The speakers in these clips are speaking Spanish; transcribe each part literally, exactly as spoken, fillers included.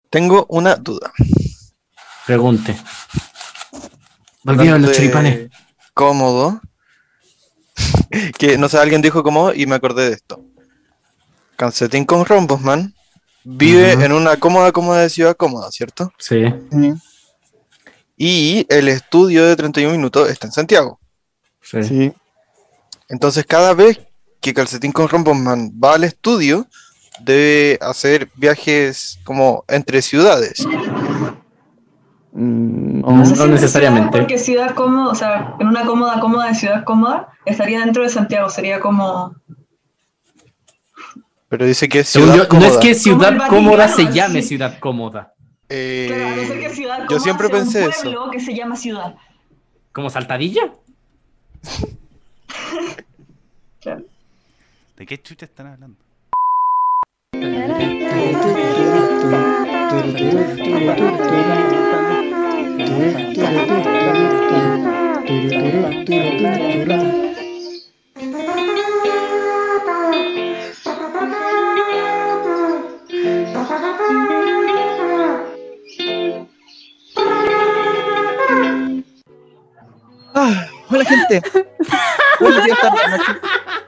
Tengo una duda. Pregunte. Volvieron los choripanes. Cómodo. Que no sé, alguien dijo cómodo y me acordé de esto. Calcetín con rombos, man. Vive uh-huh. en una cómoda, cómoda de ciudad cómoda, ¿cierto? Sí. Uh-huh. Y el estudio de treinta y un minutos está en Santiago. Sí. sí. Entonces, cada vez que Calcetín con rombos, man, va al estudio, debe hacer viajes como entre ciudades. Mm, no, no, sé si no necesariamente. Porque ciudad cómoda, o sea, en una cómoda, cómoda de ciudad cómoda, estaría dentro de Santiago, sería como... Pero dice que es ciudad yo, cómoda. No es que ciudad cómoda se llame sí. ciudad cómoda. Eh, claro, a no ser que ciudad cómoda yo siempre sea pensé un pueblo eso. que se llama ciudad. ¿Como Saltadilla? Claro. ¿De qué chucha están hablando? Ah, hola gente. Buenos días, tardes, noche.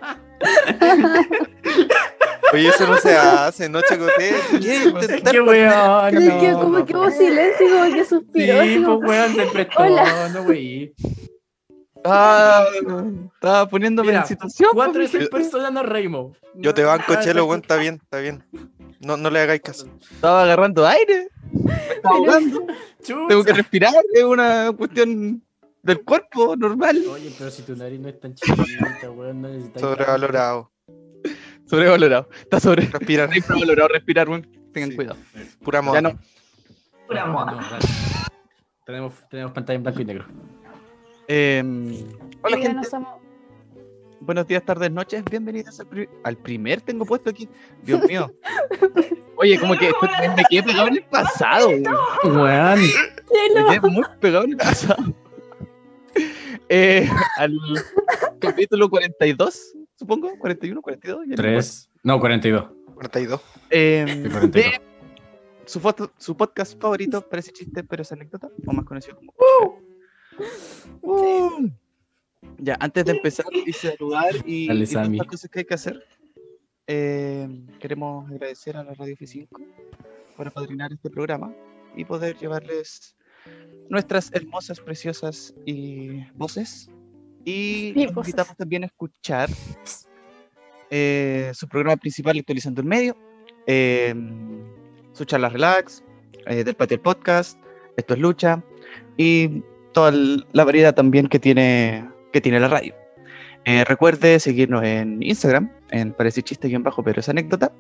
Oye, eso no se hace, no chacote. ¿Qué, ¿Qué weón? No, que como que hubo silencio, como que suspiró. Sí, pues weón, se prestó. Hola. No, wey. Ah, estaba poniéndome Mira, en situación. Cuatro de seis personas nos reímos. Yo te banco, Chelo, weón, está bien, está bien. No, no le hagáis caso. Estaba agarrando aire. Me estaba ahogando. Tengo que respirar, es una cuestión del cuerpo normal. Oye, pero si tu nariz no es tan chiquita, weón, no necesitas. Sobrevalorado. Sobrevalorado. Está sobre. Respirar. Infravalorado respirar, weón. Tengan Sí. cuidado. Pura moda. Ya no. Pura No, moda. no, no, tenemos, tenemos pantalla en blanco y negro. Eh, hola, Ya gente. no somos... Buenos días, tardes, noches. Bienvenidos al, pri- al primer tengo puesto aquí. Dios mío. Oye, como que esto- me quedé pegado en el pasado, weón. Weón. Me quedé muy pegado en el pasado. Eh, al capítulo cuarenta y dos, supongo. cuarenta y uno, cuarenta y dos. ya no Tres. No, cuarenta y dos. cuarenta y dos. Eh, Sí, cuarenta y dos. de su, foto, su podcast favorito, parece chiste, pero es anécdota, o más conocido como. Uh, ya, antes de empezar y saludar y, Dale, y todas Sammy. las cosas que hay que hacer, eh, queremos agradecer a la Radio F cinco por apadrinar este programa y poder llevarles nuestras hermosas, preciosas y voces. Y Mi los voces. invitamos también a escuchar eh, su programa principal Actualizando el Medio, eh, su charla relax, eh, del Patio del Podcast, Esto es Lucha, y toda el- la variedad también que tiene, que tiene la radio. Eh, recuerde seguirnos en Instagram, en Parece Chiste guión bajo, pero es anécdota,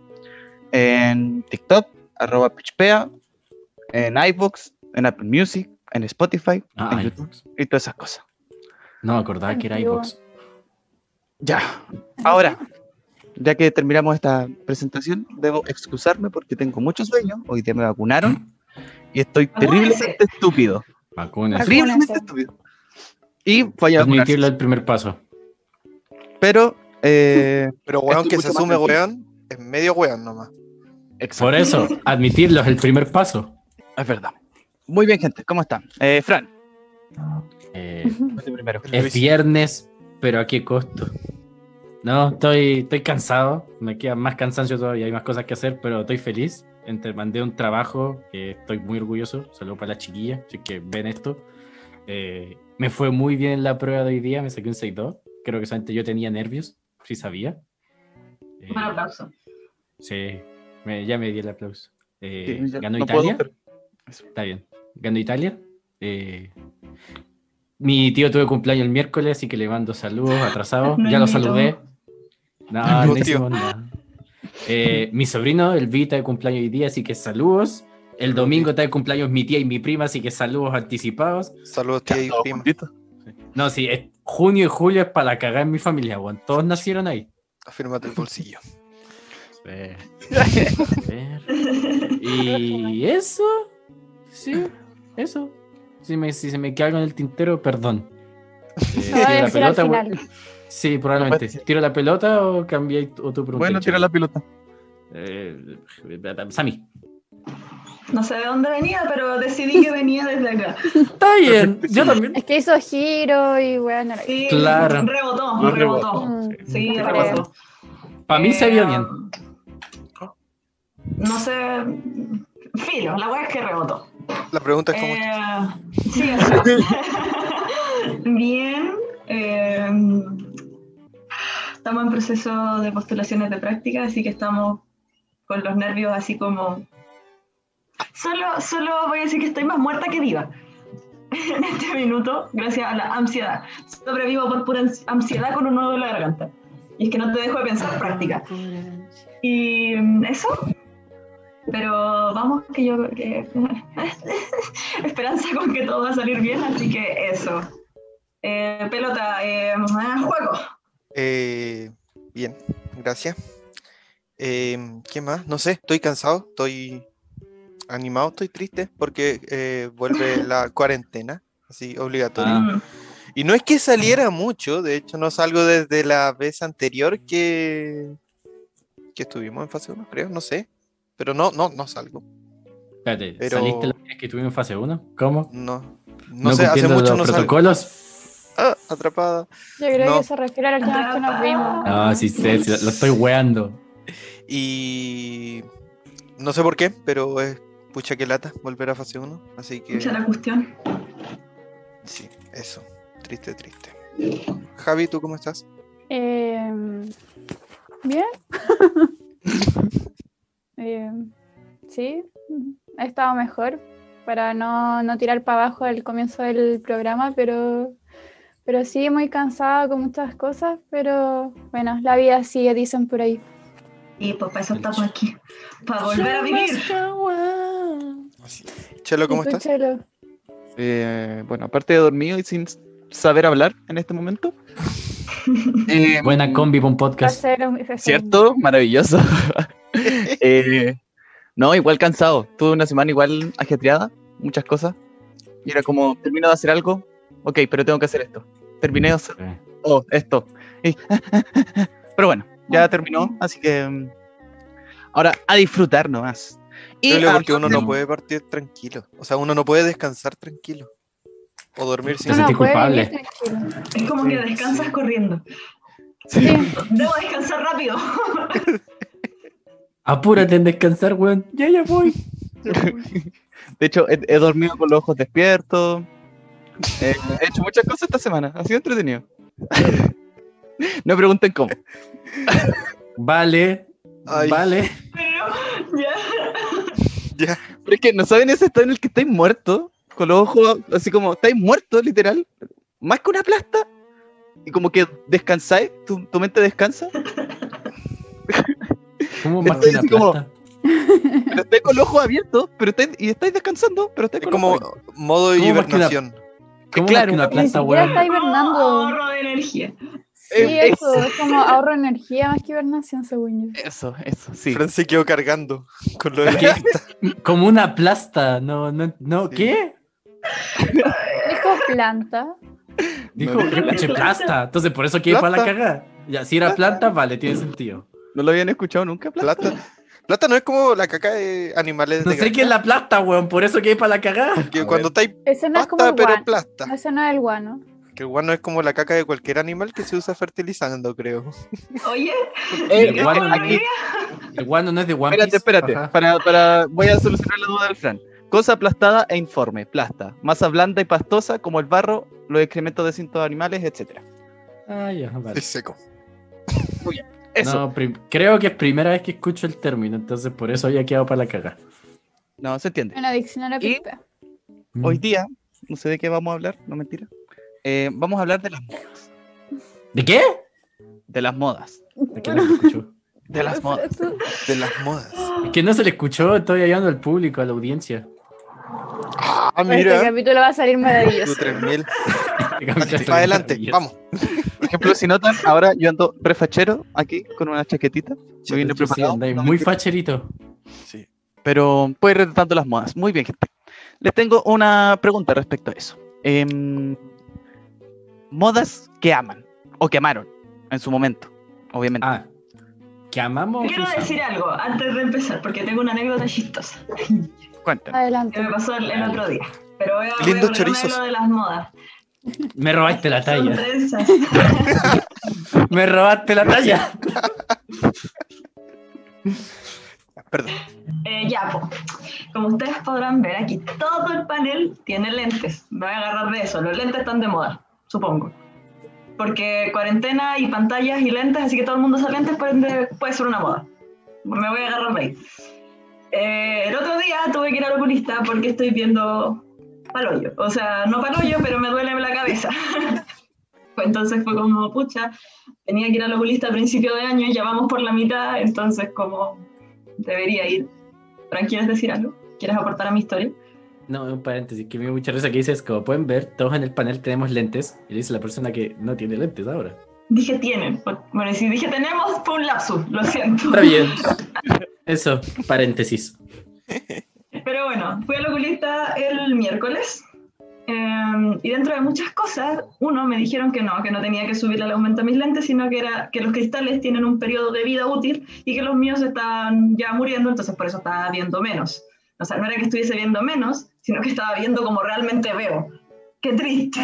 en TikTok, arroba pitchpea, en iVoox, en Apple Music, en Spotify, Ah, en YouTube iVoox. y todas esas cosas. No me acordaba que era iVoox. Ya, ahora, ya que terminamos esta presentación, debo excusarme porque tengo mucho sueño. Hoy día me vacunaron y estoy terriblemente estúpido. Vacunas. Terriblemente estúpido. Y voy a Admitirlo vacunarse. el primer paso. Pero, eh, Pero weón, estoy que mucho se más sume tranquilo. weón, es medio weón nomás. Exacto. Por eso, admitirlo es el primer paso. Es verdad. Muy bien, gente, ¿cómo están? Eh, Fran, Eh, vete primero. es viernes, pero ¿a qué costo? No, estoy, estoy cansado. Me queda más cansancio todavía. Hay más cosas que hacer, pero estoy feliz. Entre, mandé un trabajo que estoy muy orgulloso. Saludos para las chiquillas, así que ven esto. Eh, me fue muy bien en la prueba de hoy día. Me saqué un seis dos. Creo que solamente yo tenía nervios. Sí sabía. Eh, Un aplauso. Sí, me, ya me di el aplauso. Eh, Sí, ya ¿Ganó no puedo, Italia? pero- Está bien. ¿Ganó Italia? Eh, mi tío tuvo cumpleaños el miércoles, así que le mando saludos atrasados. No Ya lo invito. saludé. No, No, no tío. hicimos nada. Eh, mi sobrino, el Vita, de cumpleaños hoy día, así que saludos. El domingo está de cumpleaños mi tía y mi prima, así que saludos anticipados. Saludos, tía y Todos prima. juntitos. No, sí, es junio y julio es para la cagada en mi familia, weón. Todos nacieron ahí. Afírmate el bolsillo. Eh, a ver. Y eso, sí, eso. Si, me, si se me queda algo en el tintero, perdón. Eh, Lo voy a tiro la decir al pelota, final. weón. Sí, probablemente. ¿Tiro la pelota o cambié o tú preguntas? Bueno, tira la pelota. Eh, Sammy. No sé de dónde venía, pero decidí que venía desde acá. Está bien, yo también. Es que hizo giro y weón, no la Sí, Claro. rebotó, No rebotó. Mm, Sí, no rebotó. Para mí se vio bien. No sé. Filo, la weá es que rebotó. La pregunta es cómo estás. Eh, sí, eso. Bien. eh, estamos en proceso de postulaciones de práctica, así que estamos con los nervios así como... Solo, solo voy a decir que estoy más muerta que viva en este minuto, gracias a la ansiedad. Sobrevivo por pura ans- ansiedad con un nudo en la garganta. Y es que no te dejo de pensar práctica. Y mm, eso... Pero vamos, que yo... Que, esperanza con que todo va a salir bien, así que eso. Eh, pelota, eh, juego. Eh, bien, gracias. Eh, ¿Qué más? No sé, estoy cansado, estoy animado, estoy triste porque eh, vuelve la cuarentena, así obligatoria. Ah. Mm, Y no es que saliera mucho, de hecho no salgo desde la vez anterior que, que estuvimos en fase uno, creo, no sé. Pero no, no, no salgo. Espérate, Pero- ¿saliste la vez que estuvimos en fase uno? ¿Cómo? No, no, sé, hace cumpliendo mucho los no salgo. protocolos? Ah, atrapada. Yo creo No. que se refiere a la última vez que nos vimos. No, sí sé, sí, lo estoy weando. Y no sé por qué, pero es pucha que lata volver a fase uno. Así que escucha la cuestión. sí, eso. Triste, triste. Javi, ¿tú cómo estás? Eh, Bien. Eh, sí, he estado mejor para no, no tirar para abajo el comienzo del programa, pero, pero sí muy cansada con muchas cosas, pero bueno, la vida sigue, dicen por ahí. Y pues para eso estamos aquí. Para volver a vivir. Así. Chelo, ¿cómo ¿Y tú, estás? Chelo? Eh, bueno, aparte de dormido y sin saber hablar en este momento. eh, Buena combi para un Va a podcast. ser un- fue ¿Cierto? Maravilloso. Eh, no, igual cansado. Tuve una semana igual ajetreada, muchas cosas. Y era como, termino de hacer algo, ok, pero tengo que hacer esto. Terminé de hacer, Eh, oh, esto. Y- pero bueno, ya terminó, así que mm, ahora a disfrutar nomás. Y Yo creo a- porque uno no no. puede partir tranquilo. O sea, uno no puede descansar tranquilo. O dormir sin Te No, sentí no, puede culpable. vivir tranquilo. Es como que descansas corriendo. Sí. Debo descansar rápido. Apúrate en descansar, weón. Ya, ya voy. De hecho, he, he dormido con los ojos despiertos. Eh, he hecho muchas cosas esta semana. Ha sido entretenido. No pregunten cómo. Vale. Ay. Vale. Pero ya. Ya. Pero es que no saben ese estado en el que estáis muertos, con los ojos así como, estáis muertos, literal, más que una plasta, y como que descansáis, tu, tu mente descansa, ¿Cómo más Estoy que una así como- plata? pero estáis con los ojos abiertos, pero estáis, y estáis descansando, pero estáis Es con los como ojos abiertos. modo de ¿Cómo más que una- hibernación. ¿Cómo claro, más que una Ni plata, siquiera weón? está hibernando. Ahorro de energía. Sí, Eh, eso, es como ahorro energía más que hibernación, según yo. Eso, eso, sí. Fran se quedó cargando con lo de la ¿Qué? planta. Como una plasta. No, no, no. Sí. ¿Qué? Dijo planta. Dijo, No, yo escuché plasta. Entonces, por eso quiere para la Plasta. cagada. Ya, si era planta, vale, tiene sentido. ¿No lo habían escuchado nunca, plata? Plata. Plata no es como la caca de animales No de sé granja, qué es la plasta, weón. Por eso quiere para la cagada. que cuando estáis Ese no es como pasta, el pero guano. plasta. Ese no es el guano. Que el guano es como la caca de cualquier animal que se usa fertilizando, creo. Oye, Eh, El guano, no, aquí, el guano no es de One espérate, Piece. espérate, Ajá. para, para, voy a solucionar la duda del Fran. Cosa aplastada e informe, plasta. Masa blanda y pastosa como el barro, los excrementos de distintos animales, etcétera. Ah, ya, vale. Es seco. Eso. No, prim- creo que es primera vez que escucho el término, entonces por eso había quedado para la cagada. No, se entiende. Una diccionario ¿Y? P I P. Mm. Hoy día, no sé de qué vamos a hablar, no mentira. Eh, vamos a hablar de las modas. ¿De qué? De las modas. ¿De qué no se escuchó? De las modas. De las modas. Es que no se le escuchó, estoy ayudando al público, a la audiencia. Ah, Este mira. capítulo va a salir Tu maravilloso. tres mil. Para Para adelante, vamos. Por ejemplo, si notan, ahora yo ando prefachero aquí con una chaquetita. Yo vine preparado. andáis no muy mentira. facherito. Sí. Pero puedo ir retratando las modas. Muy bien, gente. Les tengo una pregunta respecto a eso. Em, modas que aman o que amaron en su momento, obviamente. Ah, ¿que amamos o que quiero usamos? decir algo antes de empezar, porque tengo una anécdota chistosa. Cuéntanos. que Adelante. me pasó el, el otro día. Pero voy a, voy a Lindos contarme chorizos. lo de las modas. Me robaste la Son talla. trenzas. Me robaste la talla. Perdón. Eh, ya, po. Como ustedes podrán ver, aquí todo el panel tiene lentes. Me voy a agarrar de eso. Los lentes están de moda, supongo. Porque cuarentena y pantallas y lentes, así que todo el mundo usa lentes, por ende puede ser una moda. Me voy a agarrar de ahí. Eh, el otro día tuve que ir al oculista porque estoy viendo palollo. O sea, no palollo, pero me duele la cabeza. Entonces fue como, pucha, tenía que ir al oculista a principio de año, ya vamos por la mitad, entonces como debería ir. Fran, ¿quieres decir algo? ¿Quieres aportar a mi historia? No, un paréntesis, que me dio mucha risa que dices, como pueden ver, todos en el panel tenemos lentes, y le dice la persona que no tiene lentes ahora. Dije tienen. Bueno, si dije tenemos, fue un lapsus, lo siento. Está bien. Eso, paréntesis. Pero bueno, fui al oculista el miércoles eh, y dentro de muchas cosas, uno, me dijeron que no, que no tenía que subirle el aumento a mis lentes, sino que era que los cristales tienen un periodo de vida útil y que los míos estaban ya muriendo, entonces por eso estaba viendo menos. O sea, no era que estuviese viendo menos, sino que estaba viendo como realmente veo. ¡Qué triste!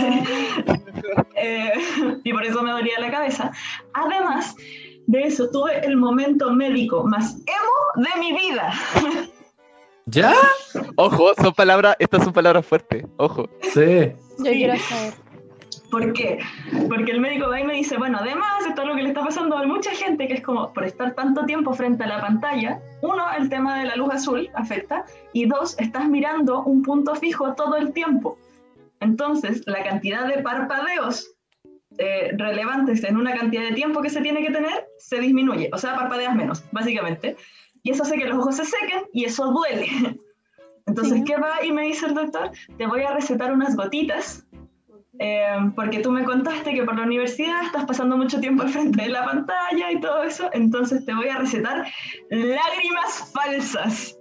eh, y por eso me dolía la cabeza. Además de eso, tuve el momento médico más emo de mi vida. ¿Ya? Ojo, son palabras, estas son palabras fuertes. Ojo. Sí. Yo quiero saber. ¿Por qué? Porque el médico va y me dice, bueno, además, esto es lo que le está pasando a mucha gente, que es como por estar tanto tiempo frente a la pantalla, uno, el tema de la luz azul afecta, y dos, estás mirando un punto fijo todo el tiempo. Entonces, la cantidad de parpadeos eh, relevantes en una cantidad de tiempo que se tiene que tener, se disminuye. O sea, parpadeas menos, básicamente. Y eso hace que los ojos se sequen y eso duele. Entonces, Sí. ¿qué va? Y me dice el doctor, te voy a recetar unas gotitas, eh, porque tú me contaste que por la universidad estás pasando mucho tiempo al frente de la pantalla y todo eso, entonces te voy a recetar lágrimas falsas.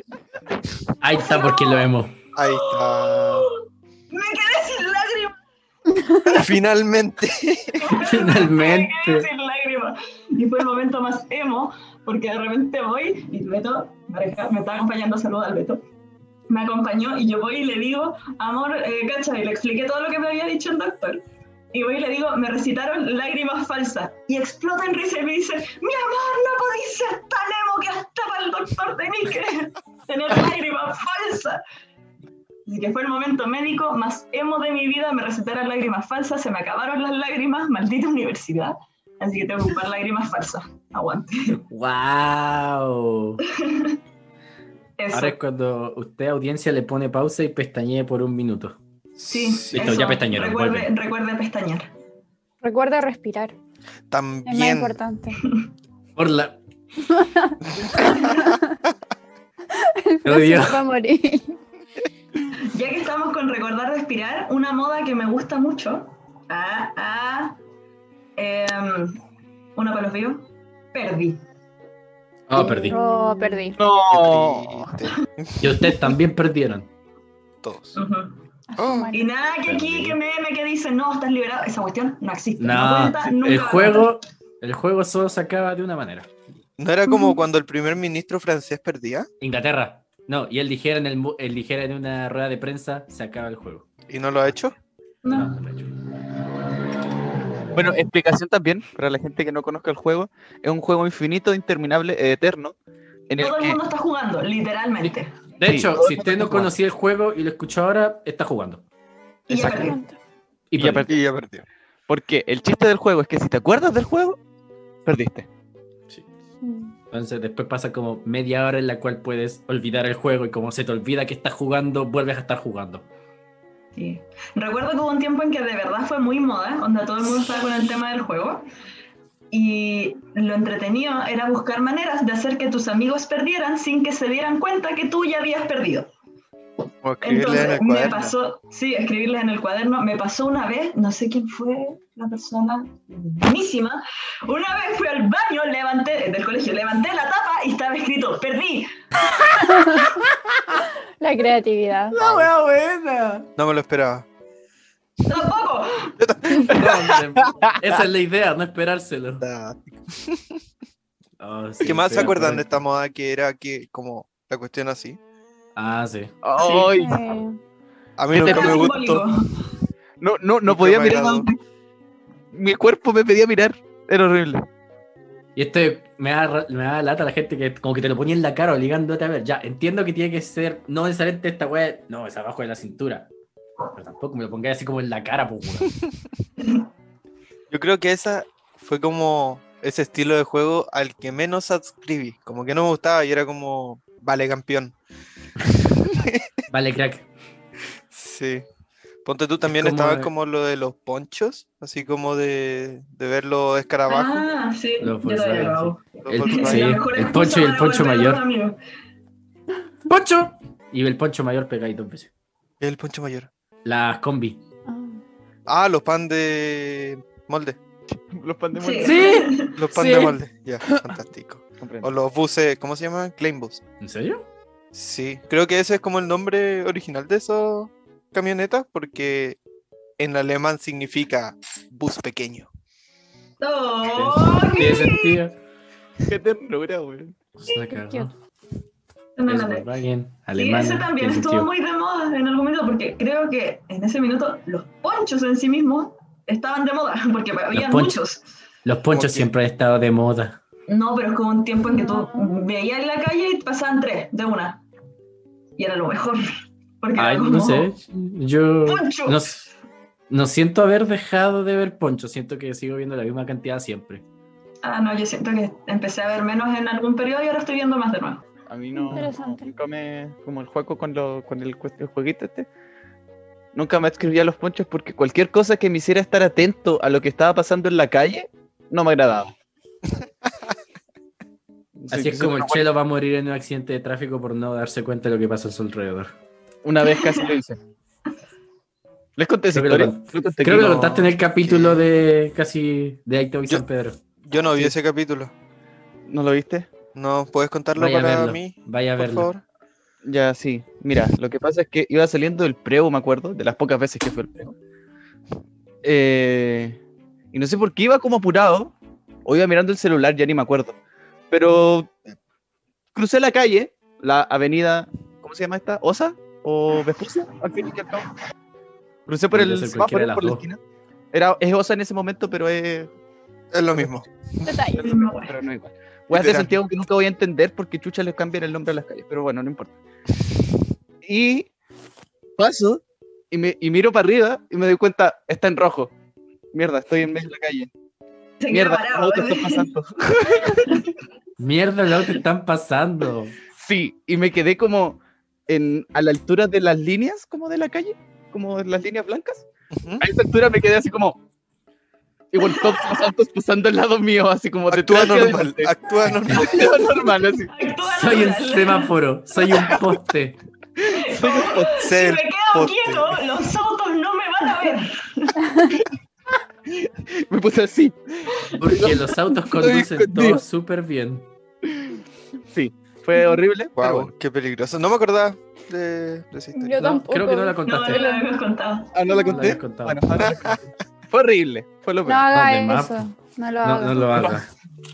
Ahí está porque lo vemos. Ahí está. Me quedé sin lágrimas. Finalmente. Me Finalmente. quedé sin lágrimas. Y fue el momento más emo, porque de repente voy y Beto, pareja, me está acompañando, saluda al Beto. Me acompañó y yo voy y le digo, amor, eh, cacha, y le expliqué todo lo que me había dicho el doctor. Y voy y le digo, me recitaron lágrimas falsas. Y explota en risa y me dice, mi amor, no podéis ser tan emo que hasta para el doctor tenés que tener lágrimas falsas. Así que fue el momento médico más emo de mi vida, me recetaron lágrimas falsas, se me acabaron las lágrimas, maldita universidad. Así que tengo que ocupar lágrimas falsas. Aguante. ¡Wow! Eso. Ahora es cuando usted, audiencia, le pone pausa y pestañee por un minuto. Sí, Listo, eso. ya pestañearon, Recuerde, vuelven. recuerde pestañear. Recuerda respirar. Es más También. importante. Por la... El Odio. próximo va a morir. Ya que estamos con recordar respirar, una moda que me gusta mucho. Ah, ah. em, una para los vivos. Perdí. Oh, perdí. Oh, perdí. No. Qué triste. Y ustedes también perdieron. Todos. Ujú. A su Oh. madre. Y nada que aquí que meme que dice, no, estás liberado. Esa cuestión no existe. No, No, cuenta, nunca el va a juego, el juego solo se acaba de una manera. ¿No era como cuando el primer ministro francés perdía? Inglaterra. No, y él dijera en el mu- él dijera en una rueda de prensa, se acaba el juego. ¿Y no lo ha hecho? No. No, no lo he hecho. Bueno, explicación también, para la gente que no conozca el juego. Es un juego infinito, interminable, eh, eterno. En el Todo el que mundo está jugando, literalmente. De Sí, hecho, todo si el usted mundo no juega. conocía el juego y lo escuchó ahora, está jugando. Y ya Exacto. perdió. Y Y ya perdió. Y ya perdió. Porque el chiste del juego es que si te acuerdas del juego, perdiste. Sí. Mm. Entonces después pasa como media hora en la cual puedes olvidar el juego y como se te olvida que estás jugando, vuelves a estar jugando. Sí. Recuerdo que hubo un tiempo en que de verdad fue muy moda, donde todo el mundo estaba con el tema del juego. Y lo entretenido era buscar maneras de hacer que tus amigos perdieran sin que se dieran cuenta que tú ya habías perdido. O escribirle en Entonces el me cuaderno. pasó, sí, escribirles en el cuaderno, me pasó una vez, no sé quién fue la persona, buenísima, una vez fui al baño, levanté, del colegio, levanté la tapa y estaba escrito, perdí. La creatividad. ¡La wea buena! No me lo esperaba. Tampoco. Esa es la idea, no esperárselo. Ah, Oh, sí, ¿Qué más se pero- acuerdan de esta moda que era que como la cuestión así? Ah, sí. Ay, Eh, A mí Qué nunca terrible. me gustó. no, no, no Nunca podía me mirar a agradó. donde. Mi cuerpo me pedía mirar. Era horrible. Y esto me da, ra- me da lata a la gente que como que te lo ponía en la cara obligándote a ver. Ya, entiendo que tiene que ser, no necesariamente esta weá, no, es abajo de la cintura. Pero tampoco me lo pongáis así como en la cara, pues, weón. Yo creo que esa fue como ese estilo de juego al que menos adscribí. Como que no me gustaba y era como, vale, campeón. Vale, crack. Sí. Ponte tú también como estaba de- como lo de los ponchos, así como de, de ver los escarabajos. Ah, sí, Los yo todavía lo Volkswagen, hago. los El- Volkswagen. sí, La mejor el excusa poncho y el para poncho golpear a los mayor. amigos. ¡Poncho! Y el poncho mayor pegáis dos veces. El poncho mayor. Las combi. ah. Ah, los pan de molde. Los pan de Sí. molde. ¡Sí! Los pan Sí. de molde. Ya, fantástico. Comprendo. O los buses, ¿cómo se llaman? Claim bus. ¿En serio? Sí, creo que ese es como el nombre original de esos camionetas, porque en alemán significa bus pequeño. Oh, Tiene sentido. Qué ternura, weón. Es una cagada. Cute. Es no, no, no. Volkswagen, Sí, alemán. ese también tiene estuvo sentido. muy de moda en algún minuto, porque creo que en ese minuto los ponchos en sí mismos estaban de moda, porque había ponchos. muchos. Los ponchos Como que- siempre han estado de moda. No, pero es como un tiempo en que tú veías en la calle y pasaban tres de una. Y era lo mejor. Porque Ay, era como, no sé. Yo ¡Poncho! no, no siento haber dejado de ver ponchos. Siento que sigo viendo la misma cantidad siempre. Ah, no, yo siento que empecé a ver menos en algún periodo y ahora estoy viendo más de nuevo. A mí no. Interesante. Nunca me. Como el juego con, lo, con el, cuest- el jueguito este. Nunca me escribía los ponchos porque cualquier cosa que me hiciera estar atento a lo que estaba pasando en la calle no me agradaba. Así Sí, es sí, como el una- Chelo va a morir en un accidente de tráfico por no darse cuenta de lo que pasa a su alrededor. Una vez casi lo hice. ¿Les conté esa Creo que lo historia? con- Lo conté Creo aquí. que lo no, contaste en el que- capítulo de casi de Aito y Yo- San Pedro. Yo no vi Sí. ese capítulo. ¿No lo viste? ¿No puedes contarlo Vaya a para verlo. mí, Vaya a por verlo. favor? Ya, sí. Mira, lo que pasa es que iba saliendo del preu, me acuerdo, de las pocas veces que fue el preu. Eh, y no sé por qué iba como apurado, o iba mirando el celular, ya ni me acuerdo. Pero crucé la calle, la avenida, ¿cómo se llama esta? ¿Osa? ¿O Vespucia? Al fin y al cabo. Crucé por Podría el ser cualquiera de semáforo, las por la dos. esquina. Era, es Osa en ese momento, pero es... Es lo mismo. Detalle. Pero no igual. Weas de Literal. Santiago que nunca voy a entender porque chucha les cambian el nombre a las calles, pero bueno, no importa. Y paso y, me, y miro para arriba y me doy cuenta, está en rojo. Mierda, estoy en medio de la calle. Se queda Mierda, los parado. autos están pasando. Mierda, lo que están pasando. Sí, y me quedé como en, a la altura de las líneas, como de la calle, como las líneas blancas. Ujú. A esa altura me quedé así como. Y bueno, todos los autos pasando al lado mío, así como Actúa detrás y normal, adelante. actúa normal. Actúa normal, así. Actúa Soy un natural. semáforo, soy un poste. Soy un poste. Si Sé me el quedo poste. quieto, los autos no me van a ver. Me puse así. Porque los autos conducen escondido. todos súper bien. Sí, fue horrible. Wow, pero bueno. qué peligroso. No me acordaba de, de esa historia. Yo No, tampoco. creo que no la No, contaste. me lo habías contado. Ah, ¿no la No la conté? habías contado. Bueno, ahora la cuento. Fue horrible. Fue lo No peor. haga ¿Dónde más? eso. No lo No, haga. no lo haga.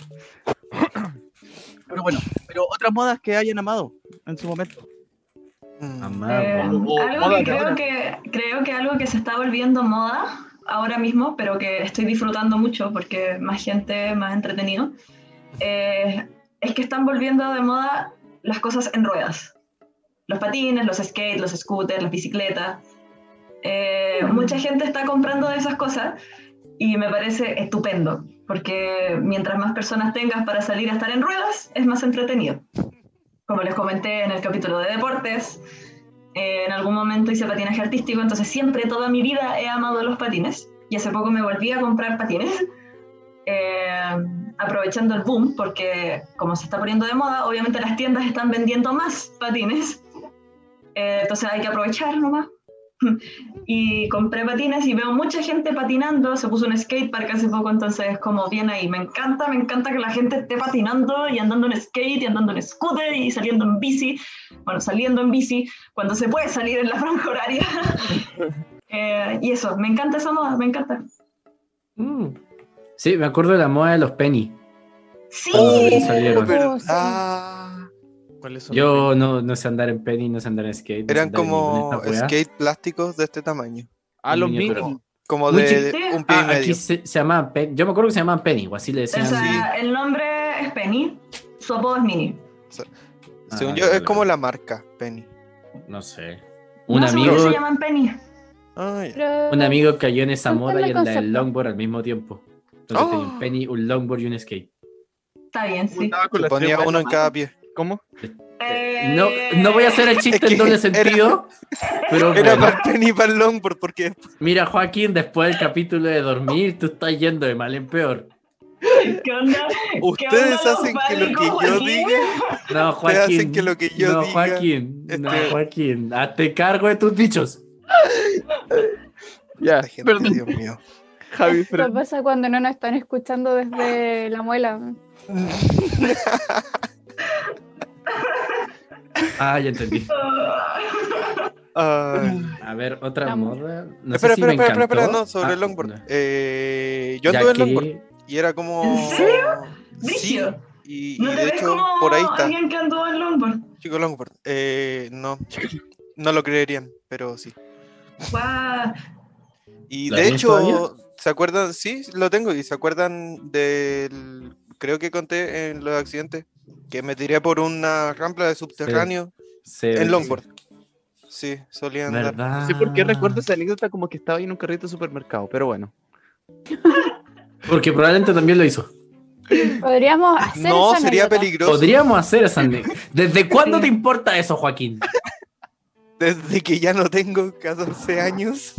Pero bueno, pero otras modas que hayan amado en su momento. Mm. Amado. Eh, o algo moda que de creo ahora. que creo que algo que se está volviendo moda ahora mismo, pero que estoy disfrutando mucho porque más gente, más entretenido, eh, es que están volviendo de moda las cosas en ruedas. Los patines, los skates, los scooters, las bicicletas. Eh, mucha gente está comprando de esas cosas y me parece estupendo, porque mientras más personas tengas para salir a estar en ruedas, es más entretenido. Como les comenté en el capítulo de deportes, eh, en algún momento hice patinaje artístico, entonces siempre, toda mi vida he amado los patines, y hace poco me volví a comprar patines, eh, aprovechando el boom, porque como se está poniendo de moda, obviamente las tiendas están vendiendo más patines, eh, entonces hay que aprovechar nomás. Y compré patines y veo mucha gente patinando, se puso un skatepark hace poco, entonces como bien ahí, me encanta, me encanta que la gente esté patinando y andando en skate y andando en scooter y saliendo en bici, bueno, saliendo en bici cuando se puede salir en la franja horaria. eh, y eso, me encanta esa moda, me encanta. Mm. Sí, me acuerdo de la moda de los penny. Sí, Oh, salieron. Oh, sí. Ah, ¿Cuáles son? Yo no, no sé andar en penny, no sé andar en skate. no sé Eran andar en ninguna como de estas weas. skate plásticos de este tamaño. Ah, los miniatura. mini. Como Muy de chiquitito. un pie y Ah, medio. aquí se, se llamaban penny. Yo me acuerdo que se llamaban penny, o así le O decían. sea, el nombre es Penny, su apodo es Mini. Según Ah, yo, vale, es como vale. la marca Penny. No sé. Un No, seguro amigo, se llaman Penny. Ah, ya. Pero- un amigo cayó en esa Entiendo moda el y en la del concepto. longboard al mismo tiempo. Entonces Oh. tenía un penny, un longboard y un skate. Está bien, sí. Andaba con Se las tres ponía weas uno en la cada mano. pie. ¿Cómo? Eh, No, no voy a hacer el chiste Es que en doble era- sentido, pero Era bueno. para el Penny y para el longboard, porque Mira, Joaquín, después del capítulo de dormir, tú estás yendo de mal en peor. ¿Qué onda? ¿Qué ustedes onda, hacen que lo que Fálico, yo Joaquín? diga. No, Ustedes Joaquín. hacen que lo que yo no, diga, Joaquín. No, este- Joaquín. Hazte cargo de tus dichos. Ya, La gente, perdón, Dios mío. Javi, Esto pero pasa cuando no nos están escuchando desde la muela. Ah, ya entendí. Ay. A ver, otra La- moda. No espera, sé si espera, me espera, espera, encantó. espera, no, sobre Ah, el longboard. no. Eh, yo Ya anduve en que- longboard y era como. ¿En serio? Sí, Brígido. y, ¿No y te de ves hecho, como por ahí está. alguien que anduvo en longboard? Chico longboard. Eh, no, no lo creerían, pero sí. Guau. Y ¿La de tienes hecho, todavía? ¿se acuerdan? Sí, lo tengo. ¿Y se acuerdan del. Creo que conté en los accidentes que me tiré por una rampa de subterráneo Sí, en sí. longboard? Sí, solía andar. ¿Verdad? no sé por qué recuerdo esa anécdota como que estaba ahí en un carrito de supermercado, pero bueno. Porque probablemente también lo hizo. Podríamos hacer No, esa sería anécdota. peligroso. Podríamos hacer esa anécdota. ¿Desde cuándo te importa eso, Joaquín? Desde que ya no tengo catorce años.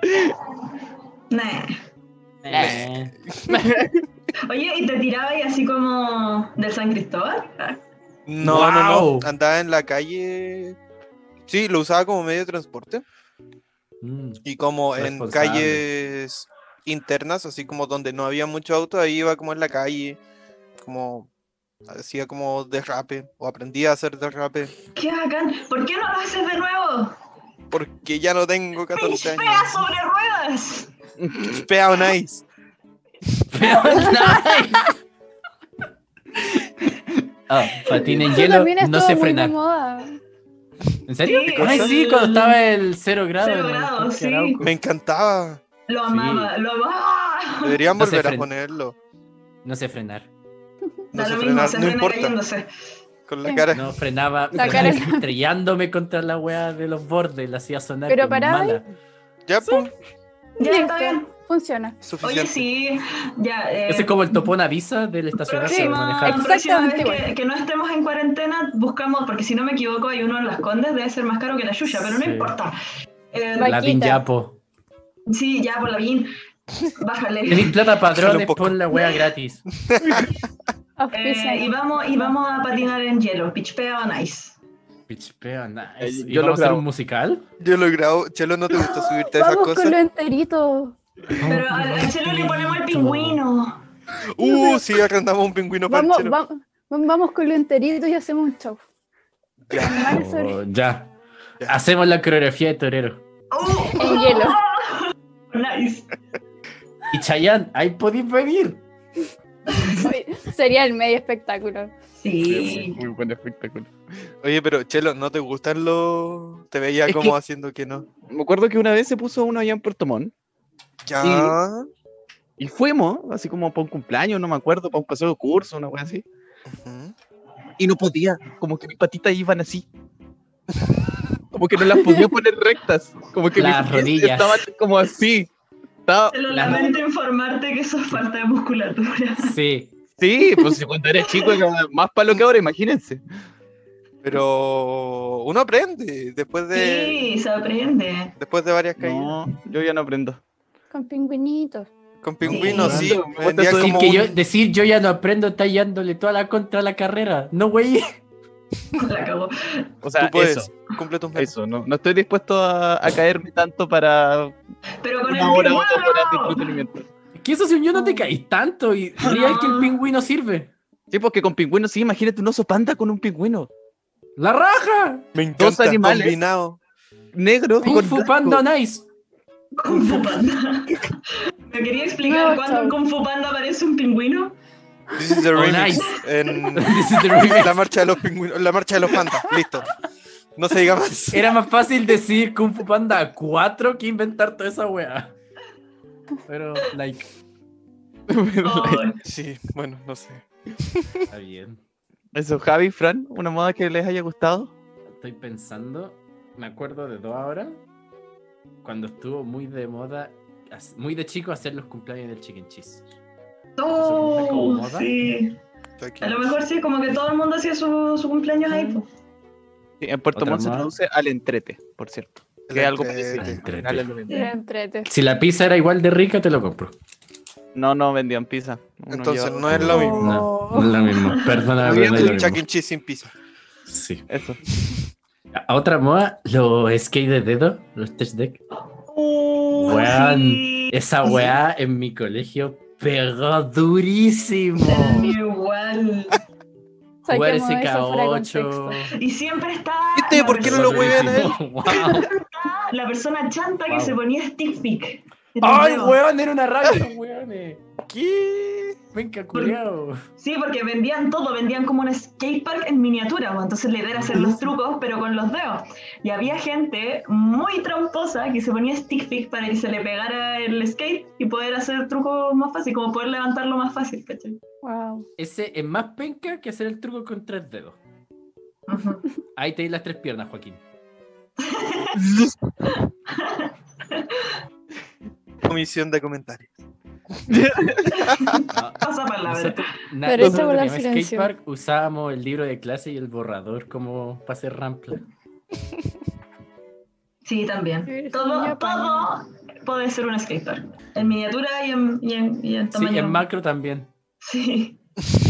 Nah. Eh, Oye, ¿y te tirabas ahí así como del San Cristóbal? Ah, No, no, Wow. no. Andaba en la calle. Sí, lo usaba como medio de transporte. mm, Y como en Responsable. calles internas, así como donde no había mucho auto, ahí iba como en la calle. Como hacía como derrape. O aprendía a hacer derrape. ¡Qué bacán! ¿Por qué no lo haces de nuevo? Porque ya no tengo catorce años. ¡Pinchea sobre ruedas! Pea on ice. Pero nice. Ah, patín en Eso hielo también no estuvo sé muy de frenar. moda. ¿En serio? Sí, Ay, el- sí, cuando estaba el cero grado. Cero en el grado, Parque sí. Arauco. Me encantaba. Lo amaba, lo amaba. Deberían No sé volver a fren- ponerlo. No sé frenar. No Da sé lo mismo, frenar, se no frena importa. cayéndose. Con la Sí. cara. No, frenaba, La frenaba cara- estrellándome contra la weá de los bordes, la hacía sonar Pero que paraba mala. Ya, pum. Ya, Listo, está bien. funciona. Suficiente. Oye, sí, ya. Eh, Ese es como el topón avisa del estacionarse de próxima, manejar. próxima vez Exactamente que, que no estemos en cuarentena, buscamos, porque si no me equivoco, hay uno en Las Condes, debe ser más caro que la Yuya, pero no Sí. importa. Eh, Va- La Vaquita. Vinyapo. sí, ya, por la bien. Bájale. Tenéis plata Déjalo padrones, un poco. pon la weá gratis. Auspicia. Eh, y, vamos, y vamos a patinar en hielo, pitchpea on ice. Pichpea, nice. Eh, ¿Y yo lo vamos a hacer grabo. un musical? Yo lo grabo. Chelo, ¿no te gusta subirte a esas Vamos cosas? con lo enterito. Pero al, al chelo le ponemos el pingüino. Uh, sí, arrendamos un pingüino para el Vamos, Chelo. vamos, vamos con lo enterito y hacemos un show. Ya. Animales sobre- Oh, ya. Ya. Hacemos la coreografía de torero. Uh, En hielo. Nice. Y Chayanne, ahí podéis venir. Sería el medio espectáculo. Sí. Muy buen espectáculo. Oye, pero Chelo, ¿no te gustan los...? Te veía Es como que- haciendo que no. Me acuerdo que una vez se puso uno allá en Puerto Montt Ya. y fuimos, así como para un cumpleaños, no me acuerdo, para un paseo de curso, una cosa así. Ujú. Y no podía, como que mis patitas iban así. Como que no las podía poner rectas. Como que Las mis pies rodillas. estaban como así. Estaba- Te lo La- lamento informarte que eso es falta de musculatura. Sí. Sí, pues si cuando era chico era más para lo que ahora, imagínense. Pero uno aprende después de Sí, se aprende. después de varias caídas. No, yo ya no aprendo. Con pingüinitos. Con pingüinos, Sí. sí. Me gusta vendía eso de- Decir, como que un- yo, decir yo ya no aprendo tallándole toda la contra a la carrera. No, güey. La acabó. O sea, Tú puedes, eso, cumple tus metas. eso. No, no estoy dispuesto a, a caerme tanto para Pero con una el hora o dos horas de pingüino. entretenimiento. Es que eso si yo no te caís tanto y real que el pingüino sirve. Sí, porque con pingüinos, sí, imagínate un oso panda con un pingüino. ¡La raja! Me encanta animales. combinado. Negro Kung con Fu blanco. Panda Nice. Kung Fu Panda. ¿Me quería explicar No, cuándo chao. en Kung Fu Panda aparece un pingüino? This is the Oh, remix. nice. En This is the remix. la marcha de los pingüinos, la marcha de los pandas. Listo. No se diga más. Era más fácil decir Kung Fu Panda cuatro que inventar toda esa weá. Pero, like, Ay, Sí, bueno, no sé. está bien. Eso, Javi, Fran, una moda que les haya gustado. Estoy pensando, me acuerdo de dos ahora, cuando estuvo muy de moda, as- muy de chico, hacer los cumpleaños del Chicken Cheese. oh, como moda. sí. Aquí. A lo mejor sí, como que todo el mundo hacía su, su cumpleaños ahí, pues. Sí, en Puerto Otra Montt se moda. traduce al entrete, por cierto. El Que es algo entrete. parecido. Entrete. Al final es lo mismo. Era entrete. Si la pizza era igual de rica, te lo compro. No, no vendían pizza. Uno Entonces llevaba- no es lo mismo. No, no es lo mismo. Perdona, Muy pero bien, no es lo el mismo. Chuck E. Cheese sin pizza. Sí. Eso. A otra moda, los skate de dedo, los test deck. Uh, Weón, sí. esa weá en mi colegio pegó durísimo. El mío igual. Jugar Saquemos ese eso K fuera de ocho. contexto. Y siempre está ¿Viste? la ¿Por qué no lo persona- huevean a él? Wow. la persona chanta que Wow. se ponía stick pick. en el ¡Ay, dedo. weón! Era una rabia esos weones. ¿Qué? Venga, culiao. Sí, porque vendían todo, vendían como un skatepark en miniatura, pues, entonces la idea era hacer los trucos, pero con los dedos. Y había gente muy tramposa que se ponía stick pick para que se le pegara el skate y poder hacer trucos más fácil, como poder levantarlo más fácil, ¿cachai? Wow. Ese es más penca que hacer el truco con tres dedos. Ujú. Ahí te di las tres piernas, Joaquín. Comisión de comentarios. No, Pasa palabra. nosotros, na- Derecho a nosotros guardar teníamos silencio. skatepark, usábamos el libro de clase y el borrador como para hacer rampla. Sí, también. Sí, Todo, ya, todo puede ser un skatepark. En miniatura y en, y en, y en Sí, tamaño. en macro también. Sí.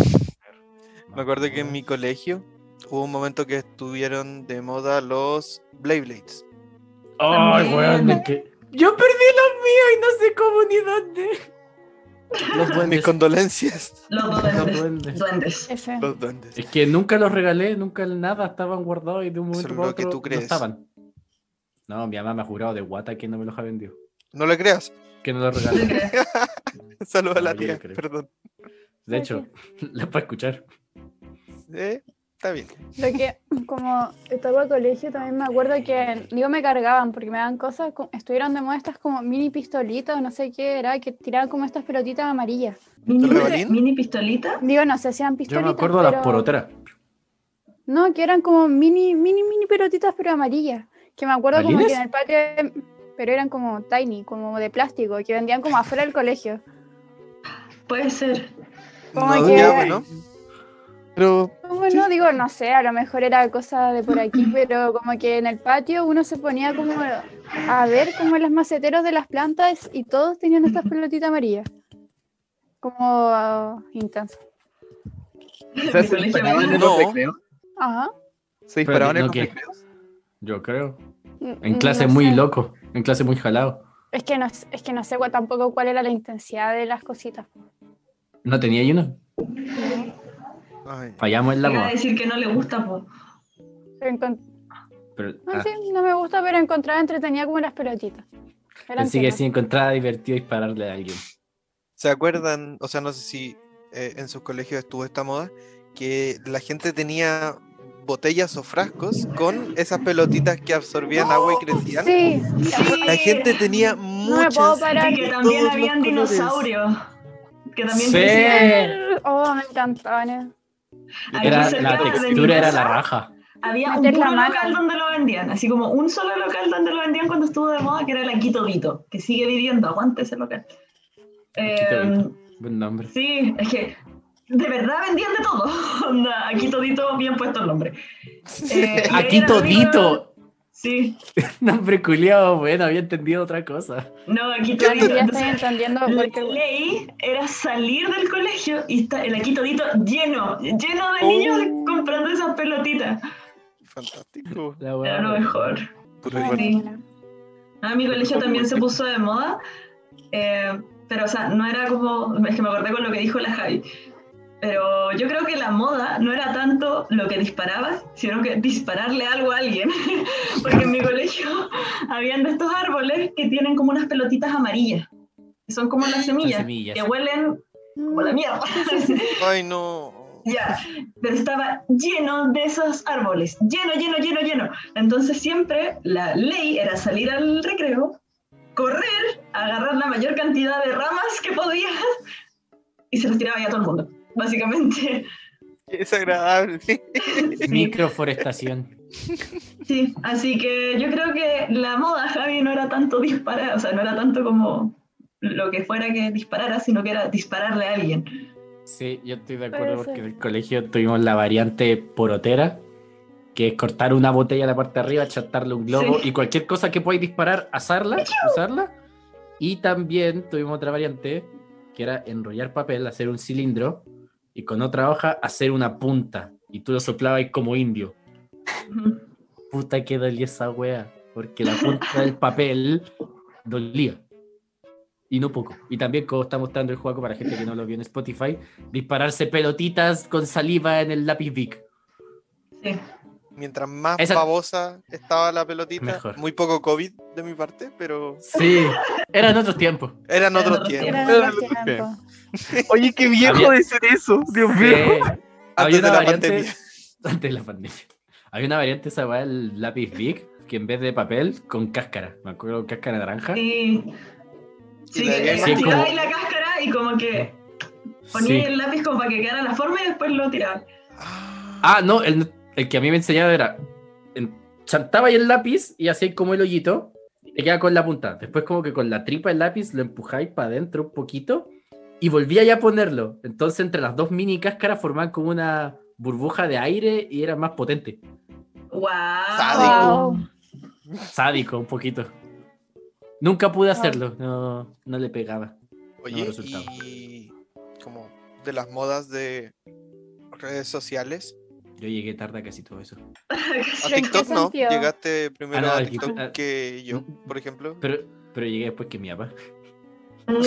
Me acuerdo que en mi colegio hubo un momento que estuvieron de moda los Blade Blades. ¡Ay, También. weón! es que- Yo perdí los míos y no sé cómo ni dónde. Los Mis duendes. condolencias. Los Los duendes. duendes. Duendes. F. Los duendes. Es que nunca los regalé, nunca nada, estaban guardados y de un Eso momento es para lo que otro tú no crees. estaban. No, mi mamá me ha jurado de guata que no me los ha vendido. No le creas. Que no los ¿Tú regalé. crees? Saludos a la No, yo tía. le creo. Perdón. De hecho, la puedo escuchar. Eh, está bien. Lo que, como estaba en colegio, también me acuerdo que, digo, me cargaban porque me daban cosas, co- estuvieron de moda estas como mini pistolitas o no sé qué era, que tiraban como estas pelotitas amarillas. ¿El Mini, rebalín? mini pistolita. Digo, no sé si eran Yo pistolitas, me acuerdo de las pero- poroteras. No, que eran como mini, mini, mini pelotitas, pero amarillas. Que me acuerdo como que ¿Balines? en el patio, pero eran como tiny, como de plástico, que vendían como afuera del colegio. Puede ser. Como No, que- ya, bueno. Pero Bueno, digo, no sé, a lo mejor era cosa de por aquí, pero como que en el patio uno se ponía como a ver como los maceteros de las plantas y todos tenían estas pelotitas amarillas. Como ah, intenso. ¿se Mi se colegio disparaban en me- No. los recreos? Ajá. ¿Se disparaban en no los que- recreos? Yo creo. En Mm, clase no muy sé. loco. En clase muy jalado. Es que no, es que no sé cuál- tampoco cuál era la intensidad de las cositas. ¿No tenía ahí uno? Ay, Fallamos en la Iba a moda. decir que no le gusta, po. Pero encon- Pero, no, ah, sí, no me gusta, pero encontraba entretenida como las pelotitas. Eran pensé que tiernas. sí encontraba divertido dispararle a alguien. ¿se acuerdan? O sea, no sé si eh, en sus colegios estuvo esta moda, que la gente tenía botellas o frascos con esas pelotitas que absorbían agua y crecían. Sí, La gente tenía me muchas. puedo parar. Y que de también todos habían los colores. dinosaurios. Que también Sí. crecían. Oh, me encantaban. eh. Aquí Era, cerca la de mi textura era casa la raja. Había un Meter la puro mano. local donde lo vendían, así como un solo local donde lo vendían cuando estuvo de moda, que era la Quito Dito, que sigue viviendo, aguante ese local. Eh, Quito Buen nombre. sí, es que de verdad vendían de todo. Onda, aquí todito bien puesto el nombre. Eh, y ahí Aquí era lo único- todito. Sí, Nombre culiao, bueno, había entendido otra cosa. no, aquí Ya, todito. ya Entonces, estoy entendiendo la por qué. ley era salir del colegio y está el aquí todito lleno, lleno de Oh. niños comprando esas pelotitas. Fantástico. La Era weá. lo mejor. Puro Ay, igual. sí. A mi colegio también se puso de moda, eh, pero o sea, no era como, es que me acordé con lo que dijo la Javi, pero yo creo que la moda no era tanto lo que disparabas, sino que dispararle algo a alguien, porque en mi colegio habían de estos árboles que tienen como unas pelotitas amarillas, que son como las semillas, semillas. que huelen como la mierda. Ay, no. Ya, pero estaba lleno de esos árboles, lleno, lleno, lleno, lleno. Entonces siempre la ley era salir al recreo, correr, agarrar la mayor cantidad de ramas que podías y se las tiraba ya a todo el mundo, básicamente. Es agradable. Microforestación. Sí, así que yo creo que la moda, Javi, no era tanto disparar, o sea, no era tanto como lo que fuera que disparara, sino que era dispararle a alguien. Sí, yo estoy de Puede acuerdo porque ser. en el colegio tuvimos la variante porotera, que es cortar una botella a la parte de arriba, chantarle un globo Sí. y cualquier cosa que podáis disparar, asarla, usarla. Y también tuvimos otra variante, que era enrollar papel, hacer un cilindro y con otra hoja hacer una punta. Y tú lo soplabas como indio. Ujú. Puta que dolía esa wea, porque la punta del papel dolía. Y no poco. Y también, como está mostrando el juego para gente que no lo vio en Spotify, dispararse pelotitas con saliva en el lápiz Bic. Sí. Mientras más Esa- babosa estaba la pelotita, Mejor. muy poco COVID de mi parte, pero Sí, eran otros tiempos. eran Eran otros otros tiempos. Era Pero otro no tiempo. Oye, qué viejo Había- de ser eso, Dios Sí. mío. Antes Había de una la variante. pandemia. Antes de la pandemia. Había una variante esa weá, el lápiz Bic, que en vez de papel, con cáscara. Me acuerdo, cáscara naranja. Sí, sí, Y la que Game Sí, tiraba como- ahí la cáscara y como que ponía Sí. ahí el lápiz como para que quedara la forma y después lo tiraba. Ah, no, el, el que a mí me enseñaba era. En, chantaba ahí el lápiz y hacía como el hoyito. Y te queda con la punta. Después, como que con la tripa del lápiz lo empujáis para adentro un poquito. Y volvía ya a ponerlo. Entonces, entre las dos mini cáscaras formaban como una burbuja de aire y era más potente. ¡Wow! Sádico. Wow. Sádico, un poquito. Nunca pude hacerlo. No, no le pegaba. Oye, resultaba. y como de las modas de redes sociales. Yo llegué tarde a casi todo eso. A ¿En qué TikTok no, sentido? llegaste primero Ah, no, a al TikTok TikTok, ah. que yo, por ejemplo. Pero, pero llegué después que mi papá. ¡Wow!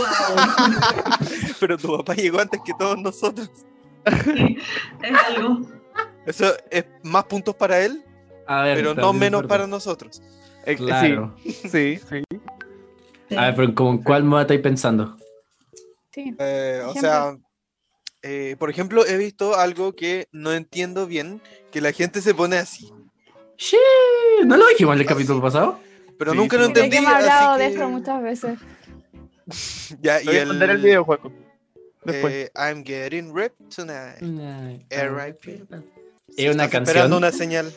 Pero tu papá llegó antes que todos nosotros. Sí, es algo. Eso es más puntos para él, A ver, pero no también es menos verdad. para nosotros. Eh, Claro. Sí, sí, sí. Sí. A ver, pero ¿cómo en cuál moda estáis pensando? Sí. Eh, o Ejemplo. sea, eh, por ejemplo, he visto algo que no entiendo bien, que la gente se pone así, Sí, ¿no lo dijimos en el capítulo pasado? pero Sí, nunca sí. lo Creo que entendí. hemos hablado así de que- esto muchas veces. Ya, Te y voy a el, mandar el video, Juaco. Después. eh, I'm getting ripped tonight. R I P. Es una Estás canción. esperando una señal.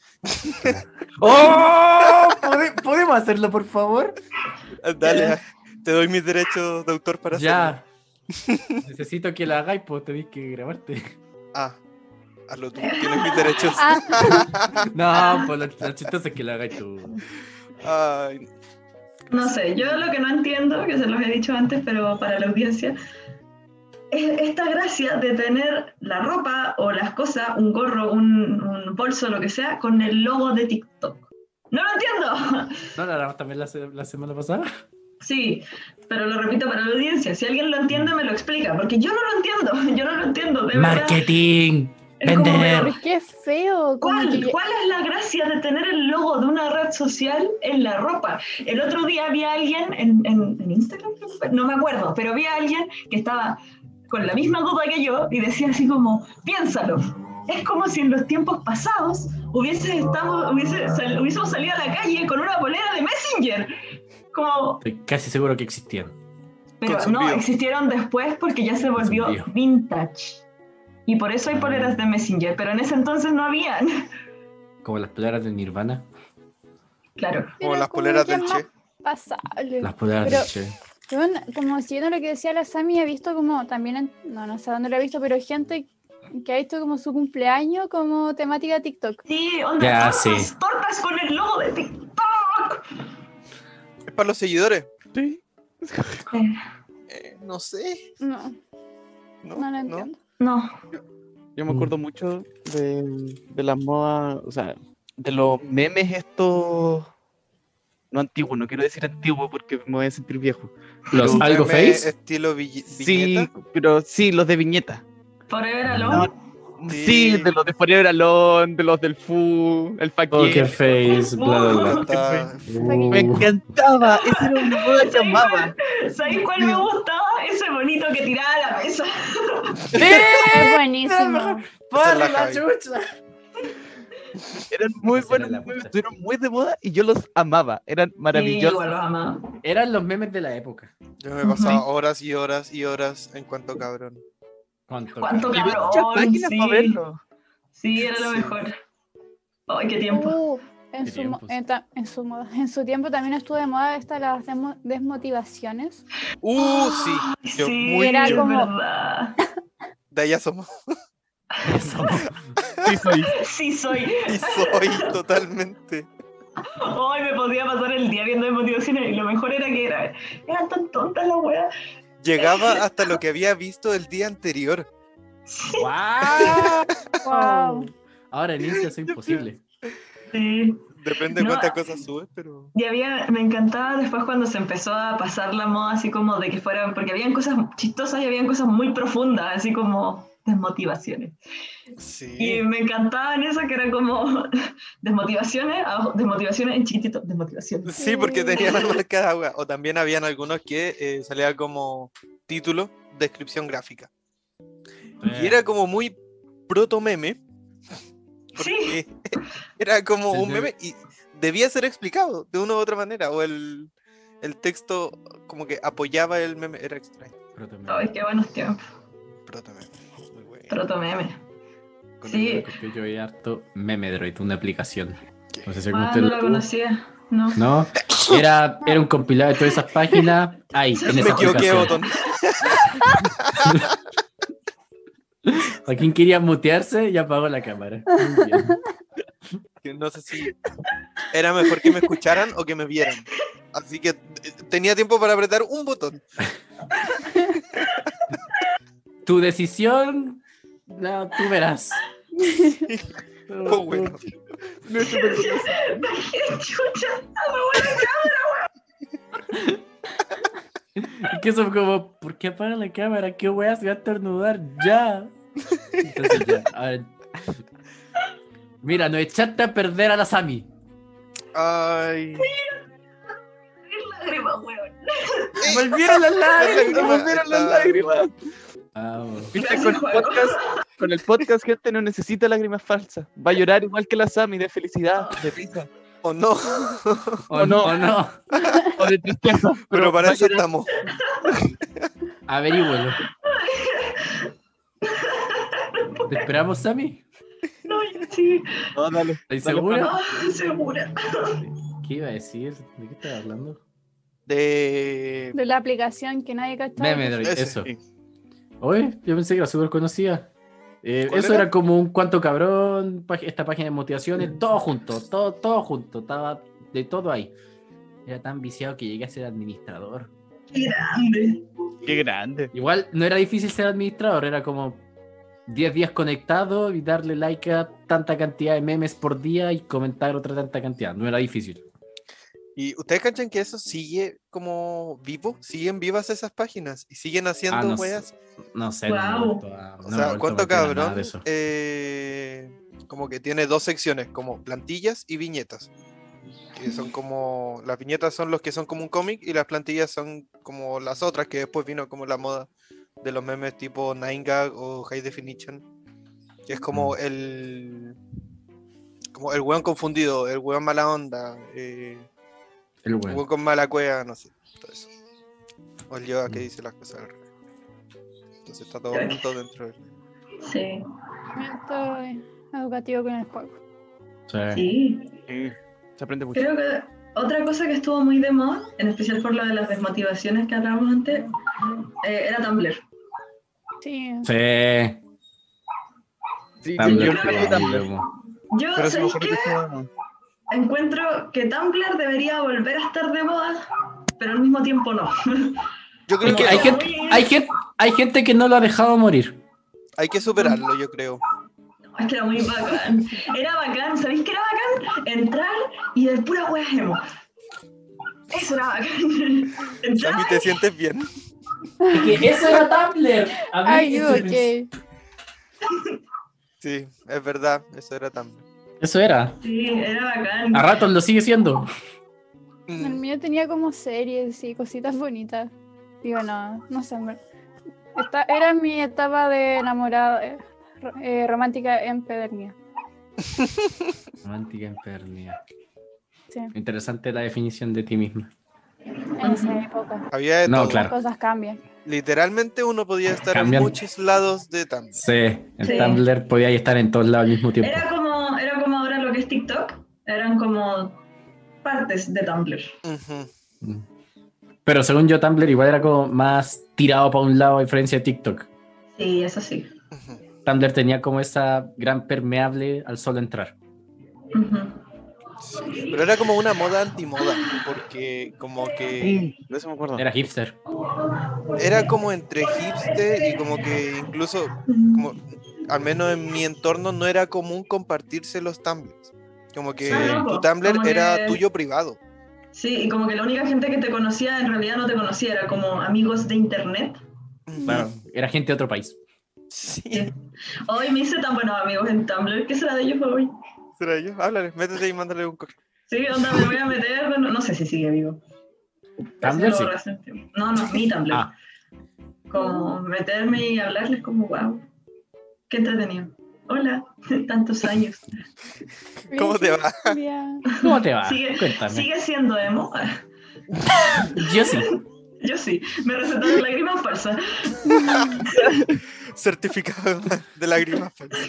¡Oh! ¿Pode- ¿Podemos hacerlo, por favor? Dale, Ya. ah, te doy mis derechos de autor para hacerlo. Ya. Necesito que la hagáis, pues tenéis que grabarte. Ah, hazlo tú, tienes mis derechos. Ah, No, pues lo, lo chistoso es que la hagáis tú. Ay, No sé, yo lo que no entiendo, que se los he dicho antes, pero para la audiencia, es esta gracia de tener la ropa o las cosas, un gorro, un, un bolso, lo que sea, con el logo de TikTok. ¡No lo entiendo! ¿No la grabamos también la, se- la semana pasada? Sí, pero lo repito para la audiencia. Si alguien lo entiende, me lo explica, porque yo no lo entiendo. Yo no lo entiendo, de verdad. ¡Marketing! Es como, ¡Vender! pero es que es feo. Como ¿Cuál, que- ¿Cuál es la gracia de tener el logo de una red social en la ropa? El otro día vi a alguien en, en, en Instagram, creo que fue, no me acuerdo, pero vi a alguien que estaba con la misma duda que yo y decía así como, piénsalo, es como si en los tiempos pasados hubiese estado, hubiese, sal- hubiésemos salido a la calle con una polera de Messenger. Como, Estoy casi seguro que existían. pero Con no, zumbido. existieron después porque ya se volvió zumbido. vintage. Y por eso hay poleras de Messenger, pero en ese entonces no habían. Como las poleras de Nirvana. Claro. como pero las como poleras que del es Che. más pasable. Las poleras Pero- de Che. Yo, como siguiendo lo que decía la Sami, he visto como también, en- no, no sé dónde lo he visto, pero gente que ha visto como su cumpleaños como temática TikTok. Sí, onda, Ya, tortas, sí. tortas con el logo de TikTok. Es para los seguidores. Sí. Eh, Eh, no sé. No, No, no lo no. entiendo. no, Yo me acuerdo mucho de, de las modas, o sea, de los memes estos, no antiguos, no quiero decir antiguos porque me voy a sentir viejo. Los Pero- algo Meme face. Estilo vi- Sí, viñeta. pero sí, los de viñeta. Forever Alone. Sí. Sí, de los de Forever Alone, de los del Fu, el Poker Fakir. face, bla, bla, bla. Está- Me encantaba, esa era una moda que amaba. ¿Sabéis cuál me gustaba? ese bonito que tiraba a la mesa. Es buenísimo. Esa es la ¡Por la Javi. chucha! Eran muy Esa era buenos, la muy- puta. estuvieron muy de moda y yo los amaba. Eran Sí, maravillosos. igual los amaba. Eran los memes de la época. Yo me pasaba horas y horas y horas en cuanto cabrón. ¿Cuánto? ¿Cuánto Y vi cabrón? muchas páginas Sí. para verlo. Sí, era lo Sí. mejor. Ay, qué tiempo. Uh, en, Qué su, mo- tiempos. en, ta- en su moda- en su tiempo también estuvo de moda esta las demo- desmotivaciones. Uh, sí. Ay, Yo sí, muy Era es yo. como- verdad. De allá somos. Eso. Sí, soy. Sí, soy. Y soy totalmente. Hoy me podía pasar el día viendo desmotivaciones y lo mejor era que era, eran tan tontas las weas. Llegaba hasta lo que había visto el día anterior. ¡Wow! Wow. Ahora en Insta es imposible. Sí. Depende de No, cuántas cosas subes, pero. Y había, me encantaba después cuando se empezó a pasar la moda así como de que fueran, porque habían cosas chistosas y habían cosas muy profundas, así como desmotivaciones. Y Sí. me encantaba en eso que era como desmotivaciones, abajo, desmotivaciones en chiquitito, desmotivaciones. Sí, porque tenían la marca de agua. O también habían algunos que eh, salía como título, descripción gráfica. Y era como muy proto meme. Sí, Porque era como El un meme. meme y debía ser explicado de una u otra manera. O el, el texto como que apoyaba el meme. Era extraño. Proto meme. ay, qué buenos tiempos, Proto meme. Muy bueno. proto meme. Con Sí. el que yo veía harto Memedroid, una aplicación. ¿Qué? No sé si Ah, usted no lo la tuvo. conocía, no. No, era, era un compilado de todas esas páginas. Ahí, en Me esa equivoqué, aplicación. botón. A quien quería mutearse y apagó la cámara. Muy bien. Que no sé si era mejor que me escucharan o que me vieran. Así que eh, tenía tiempo para apretar un botón. Tu decisión, no, tú verás. Fue bueno. No estoy perdonando. Chucha, Y que eso como, ¿por qué apaga la cámara? ¿Qué weas? Voy a estornudar ya. Entonces ya, a ver. Mira, nos echaste a perder a la Sami. Ay. lágrimas, weón. Volvieron las lágrimas. Volvieron las lágrimas. Vamos. Viste, con el podcast, con el podcast, gente no necesita lágrimas falsas. Va a llorar igual que la Sami, de felicidad, de risa, O no. O no. o no. o de tristeza. Pero para va a eso llorar. estamos. Averígüelo. ¿Te esperamos, Sami? No, sí. No, dale. ¿Estás Dale, segura? Ah, segura. ¿Qué iba a decir? ¿De qué estás hablando? De. De la aplicación que nadie cachaba. Memedroid, Ese, eso. sí. Oye, yo pensé que era súper conocida. Eh, ¿Cuál eso era? era? como un cuanto cabrón, pag- esta página de motivaciones, todo junto, todo, todo junto, estaba de todo ahí. Era tan viciado que llegué a ser administrador. Qué grande. Qué grande. Igual no era difícil ser administrador, era como diez días conectado y darle like a tanta cantidad de memes por día y comentar otra tanta cantidad. No era difícil. ¿Y ustedes cachan que eso sigue como vivo? ¿Siguen vivas esas páginas? ¿Y siguen haciendo Ah, no sé. weas? No sé, no me he Guau. vuelto a- no O me he sea, vuelto a ¿cuánto meter a nada cabrón? de eso. Eh, como que tiene dos secciones, como plantillas y viñetas. Que son como. Las viñetas son los que son como un cómic y las plantillas son como las otras, que después vino como la moda de los memes tipo nine gag o High Definition. Que es como Mm. el. Como el weón confundido, el weón mala onda, eh, El el weón. weón con mala cueva, no sé. Todo eso. O el yoga que Mm. dice las cosas al revés. Entonces está todo Creo que- junto dentro de. Sí. Momento educativo con el juego. Sí. Sí. Sí, se aprende mucho. Creo que otra cosa que estuvo muy de moda, en especial por lo de las desmotivaciones que hablábamos antes, eh, era Tumblr. Sí. Sí. Sí, Tumblr, yo creo creo que que sí, Tumblr. como- Yo, Pero se me ¿sabéis ocurrió qué? que estuvo- Encuentro que Tumblr debería volver a estar de moda, pero al mismo tiempo no. Yo creo Es que que hay no. gente, hay, gente, hay gente que no lo ha dejado morir. Hay que superarlo, yo creo. Es que era muy bacán. Era bacán, ¿sabéis qué era bacán? Entrar y ver pura wea emo. Eso era bacán. Entrar Sammy, ¿te sientes bien? Es que eso era Tumblr. A mí Ay, eso- ok. Sí, es verdad, eso era tan. Eso era. sí, era bacán. A ratos lo sigue siendo. El mío tenía como series y cositas bonitas. Digo, no, no sé. me- Esta, era mi etapa de enamorada, eh, ro- eh, romántica empedernida. Romántica empedernida. Sí, Interesante la definición de ti misma. en esa época. Había de No, todo. claro. Las cosas cambian. Literalmente uno podía estar Cambian. en muchos lados de Tumblr. Sí, en Sí. Tumblr podía estar en todos lados al mismo tiempo. Era como, era como ahora lo que es TikTok. Eran como partes de Tumblr. Ujú. Mm. Pero según yo, Tumblr igual era como más tirado para un lado a diferencia de TikTok. Sí, eso sí. Ujú. Tumblr tenía como esa gran permeable al solo entrar. Ujú. Pero era como una moda antimoda, porque como que Sí, de eso me acuerdo. Era hipster. era como entre hipster y como que incluso, como, al menos en mi entorno, no era común compartirse los Tumblrs. Como que Ah, no, tu po. Tumblr Como era que- tuyo privado. Sí, y como que la única gente que te conocía en realidad no te conocía, era como amigos de internet. Claro, era gente de otro país. Sí. Sí. Hoy me hice tan buenos amigos en Tumblr. ¿Qué será de ellos hoy? ¿Será yo? Háblale, métete y mándale un correo. Sí, onda, me voy a meter. No, no sé si sigue vivo. Así Tumblr lo sí. borré hace un tiempo. No, no, mi Tumblr. Ah, Como meterme y hablarles como, wow, qué entretenido. Hola, tantos años. ¿Cómo te va? Ya. ¿cómo te va? Sigue, Cuéntame. sigue siendo emo. Yo sí. Yo sí, me recetaron lágrimas falsas. Certificado de lágrimas falsas.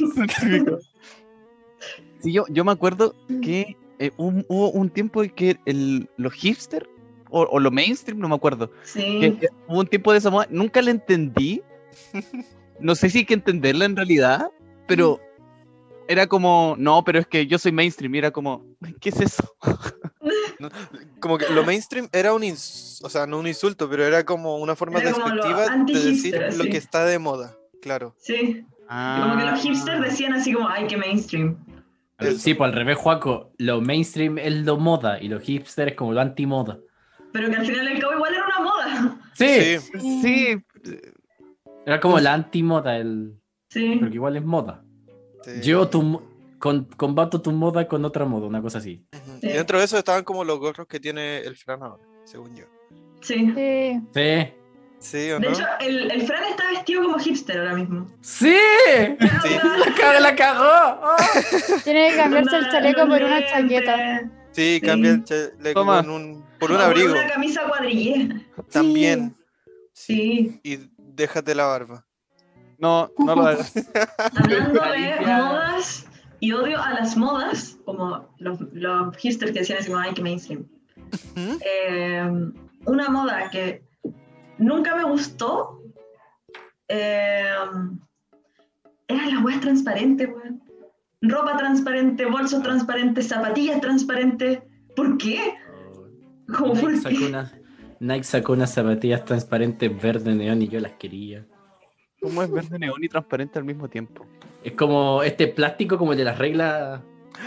Sí, yo, yo me acuerdo que eh, un- hubo un tiempo en que el, los hipster o, o lo mainstream, no me acuerdo. Sí, Que, que hubo un tiempo de esa moda, nunca la entendí. No sé si hay que entenderla en realidad, pero era como, no, pero es que yo soy mainstream, y era como, ¿qué es eso? Como que lo mainstream era un ins- o sea, no un insulto, pero era como una forma Era como lo despectiva de decir anti-hipster, lo sí. que está de moda, claro. sí. Y como que los hipsters decían así como, ay, qué mainstream. Eso. Sí, pues al revés, Juaco. Lo mainstream es lo moda y lo hipster es como lo anti-moda. Pero que al final el cabo igual era una moda. Sí, Sí, Sí, era como la anti-moda, el... Sí. porque igual es moda. sí. Yo tu, mo- con, combato tu moda con otra moda, una cosa así. Ujú. Sí. Y dentro de eso estaban como los gorros que tiene el Fran ahora, según yo. Sí. Sí. Sí. ¿Sí o De no? hecho, el, el Fran está vestido como hipster ahora mismo. ¡Sí! Sí. ¡La, ca- la cagó! ¡Oh! Tiene que cambiarse el Onda, chaleco los por una lentes. chaqueta. Sí, Sí. cambia el chaleco Toma. con un, por O un abrigo una camisa cuadrillé. también. Sí. Y déjate la barba. no, no lo hagas. Hablando de Limpia. modas y odio a las modas, como los, los hipsters que decían así como, ay, que mainstream. ¿Mm? Eh, una moda que nunca me gustó eh, eran las weas transparentes, weón. Ropa transparente, bolsos transparentes, zapatillas transparentes. ¿Por qué? ¿Cómo por Nike sacó, qué? una- Nike sacó unas zapatillas transparentes verde neón y yo las quería. ¿Cómo es verde neón y transparente al mismo tiempo? Es como este plástico como el de las reglas.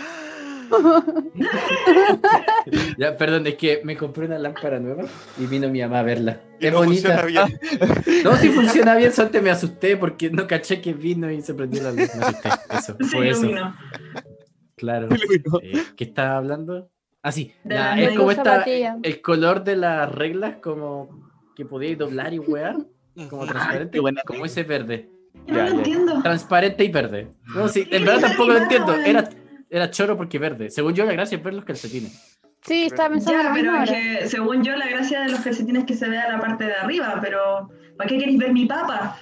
Ya, perdón, es que me compré una lámpara nueva y vino mi mamá a verla. Y Es no bonita. funciona bien. No, sí funciona bien, solo me asusté porque no caché que vino y se prendió la luz. Me asusté. Eso, Se fue eso. iluminó. Claro. Eh, ¿Qué estaba hablando? Ah, sí. De la- las es Nike como esta, zapatillas. el color de las reglas como que podíais doblar y wear, como Ujú. transparente, qué buena como ese verde. Yo no Ya, lo ya. entiendo. Transparente y verde. No, sí, en verdad tampoco lo entiendo. Era, era choro porque verde. Según yo, la gracia es ver los calcetines. Sí, estaba pensando Ya, lo mismo pero es ahora. que según yo la gracia de los calcetines es que se vea la parte de arriba, pero ¿para qué queréis ver mi papa?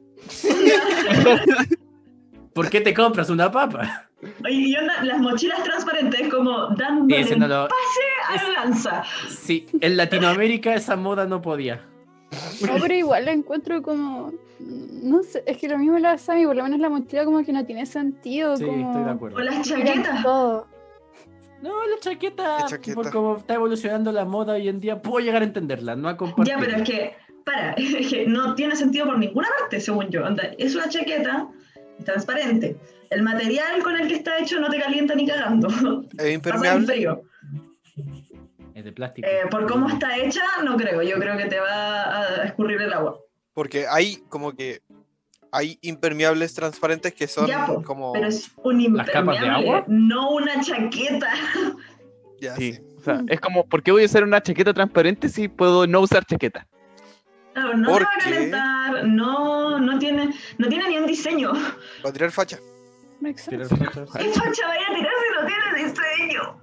¿Por qué te compras una papa? Oye, y onda, las mochilas transparentes como dándole Ese no lo- a la lanza. Sí, en Latinoamérica esa moda no podía. No, pero igual la encuentro como. No sé, es que lo mismo lo hace a mí, por lo menos la mochila como que no tiene sentido. Sí, como... estoy de O acuerdo. las Miran chaquetas. todo. No, la chaqueta, La chaqueta. por como está evolucionando la moda hoy en día, puedo llegar a entenderla, no a compartir. Ya, pero es que, para, es que no tiene sentido por ninguna parte, según yo. Onda, es una chaqueta transparente. El material con el que está hecho no te calienta ni cagando. Es Pasa el impermeable. frío. Es de plástico. Eh, por cómo está hecha, no creo. Yo creo que te va a escurrir el agua. Porque hay como que hay impermeables transparentes que son Ya, po, como pero es un ¿Las capas de impermeable, agua? no una chaqueta. ya, Sí. sí. O sea, es como, ¿por qué voy a usar una chaqueta transparente si puedo no usar chaqueta? Claro, no ¿Por te va a qué? calentar, no, no, tiene, no tiene ni un diseño. Va a tirar facha. Makes Tirar sense. fachas. ¿Qué facha vaya a tirar si no tiene diseño?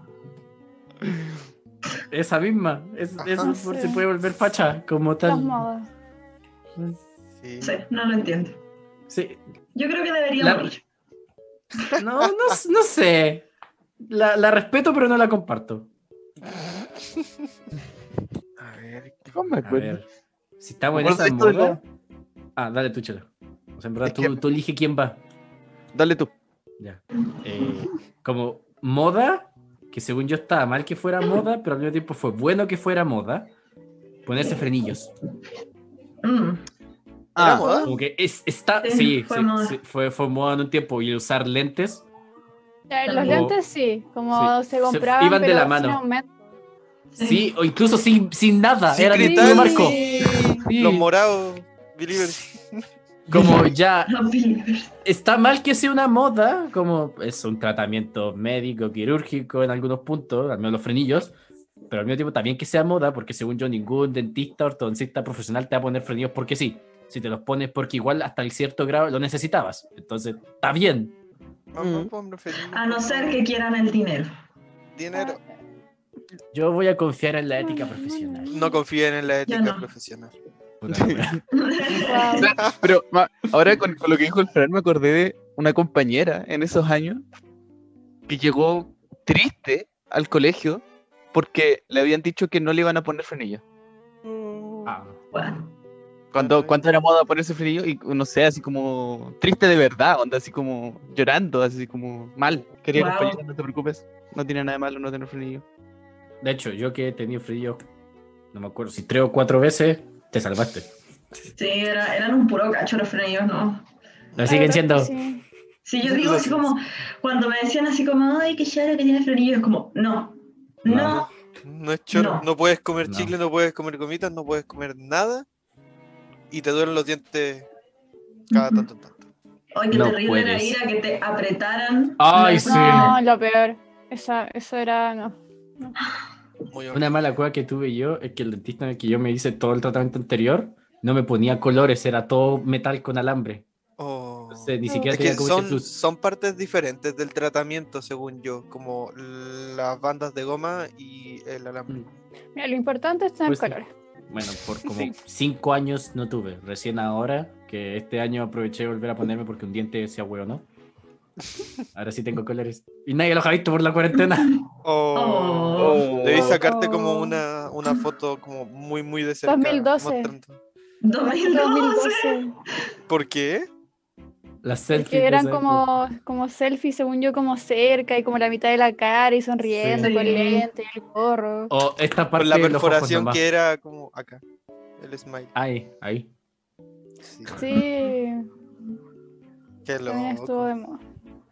Esa misma. Es, Ajá. eso No por sé. se puede volver facha como Las tal. modas. Sí. No sé, no lo entiendo. Sí. Yo creo que debería La- morir. No, no, no sé. La, la respeto, pero no la comparto. A ver, ¿qué- No me A acuerdo. ver. Si estamos en Me acuerdo esa esto de moda. Ah, dale tú, chelo. O sea, en verdad, Es tú, que- tú elige quién va. Dale tú. Ya. Eh, como moda, que según yo estaba mal que fuera moda, pero al mismo tiempo fue bueno que fuera moda, ponerse frenillos. Mm. ¿Era Ah, moda? Como que es, está, Sí, sí, fue sí, moda. sí, fue, fue moda en un tiempo. Y usar lentes, Eh, Los Como- lentes sí, como sí, se se- compraban, iban de pero la sin mano. aumento. sí, o incluso sin, sin nada, Sin eran de cristal, puro marco. sí. Sí. Los morados, believers. Como ya Los believers. está mal que sea una moda, como es un tratamiento médico, quirúrgico en algunos puntos, al menos los frenillos, pero al mismo tiempo también que sea moda, porque según yo ningún dentista, ortodoncista profesional te va a poner frenillos porque sí. Si te los pones porque igual hasta el cierto grado lo necesitabas. Entonces, está bien. Mamá, Mm. ponme feliz, A no por ser favor. que quieran el dinero. Dinero. Yo voy a confiar en la ética profesional. No confíen en la ética no. profesional. Puta la wea. Wow. Pero ma, ahora con, con lo que dijo el Fran me acordé de una compañera en esos años que llegó triste al colegio porque le habían dicho que no le iban a poner frenillo. Ah, Bueno, Cuando, cuando era moda ponerse frenillo y no sé, así como triste de verdad, onda así como llorando, así como mal. Quería Wow. compañera, no te preocupes, no tiene nada de malo no tener frenillo. de hecho, yo que he tenido frenillos, no me acuerdo si tres o cuatro veces, te salvaste. sí, era, eran un puro cacho los frenillos, ¿no? Lo siguen siendo. Sí. Sí, yo digo así como, cuando me decían así como, ay, que Shara que tiene frenillos, es como, no, no, No. No es choro. No. No. puedes comer No. chicle, no puedes comer gomitas, no puedes comer nada. Y te duelen los dientes cada Ujú. tanto en tanto. Ay, qué No terrible era puedes. ir a que te apretaran. Ay, la sí. No, lo peor. Esa, eso era, no. Muy Una mala cueva que tuve yo es que el dentista en el que yo me hice todo el tratamiento anterior no me ponía colores, era todo metal con alambre. Oh. Entonces, ni siquiera Es tenía que como ese son, plus. son partes diferentes del tratamiento, según yo, como las bandas de goma y el alambre. Mira, lo importante es tener Pues sí. colores. Bueno, por como cinco años no tuve. Recién ahora, que este año aproveché de volver a ponerme porque un diente se ahueó, ¿no? Ahora sí tengo colores. Y nadie los ha visto por la cuarentena. Oh. Oh. Debí sacarte como Oh. una, una foto como muy muy de cerca. dos mil doce. mostrando. dos mil doce. dos mil doce. ¿Por qué? Las selfies Que de eran esa época. como, como selfies, según yo, como cerca y como la mitad de la cara y sonriendo Sí. con lentes y el gorro. O esta parte Con la de los ojos perforación nomás. que era como acá. El smile. Ahí, ahí. Sí. Sí, Qué también estuvo de loco. moda.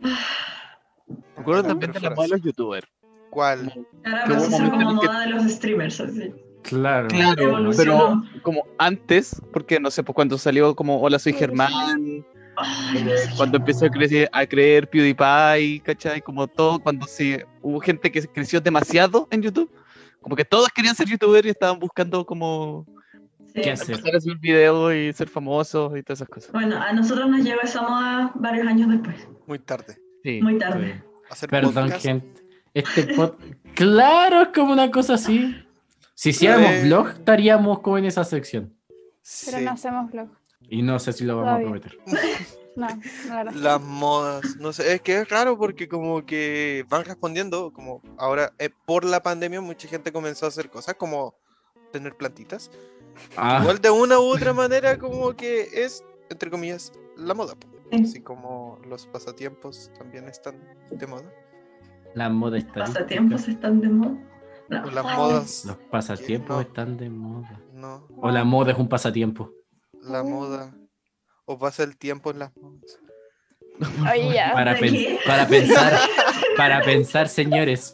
Me acuerdo también de la moda de los youtubers. ¿Cuál? Ahora Que hubo pasó a ser momentos en como el que- moda de los streamers, así. Claro. Claro, pero Evolucionó. como antes, porque no sé, pues cuando salió como Hola soy Evolucionó. Germán, Ay, eh, no sé. cuando empezó a crecer, a creer PewDiePie, ¿cachai? Como todo, cuando se, hubo gente que creció demasiado en YouTube, como que todos querían ser youtubers y estaban buscando como Sí. ¿Qué hacer? empezar a subir videos y ser famosos y todas esas cosas. Bueno, a nosotros nos llegó esa moda varios años después. Muy tarde. Sí. Muy tarde. Sí. Hacer Perdón, podcast. gente. Este pod... Claro, es como una cosa así. Si hiciéramos Eh. vlog, estaríamos como en esa sección. Pero Sí. no hacemos vlog. Y no sé si lo vamos a Todavía. prometer. No, la verdad. Las modas, no sé, es que es raro porque como que van respondiendo, como ahora eh, por la pandemia mucha gente comenzó a hacer cosas como tener plantitas. Ah, Igual de una u otra manera como que es, entre comillas, la moda. po. Sí. Así como los pasatiempos también están de moda. la moda estadística. ¿Pasatiempos están de moda? No. O las modas, Los pasatiempos No. están de moda. no, O la moda es un pasatiempo. la moda. O pasa el tiempo en las modas. Oye, ya. Para, ¿De pen- qué? para pensar, para pensar, señores.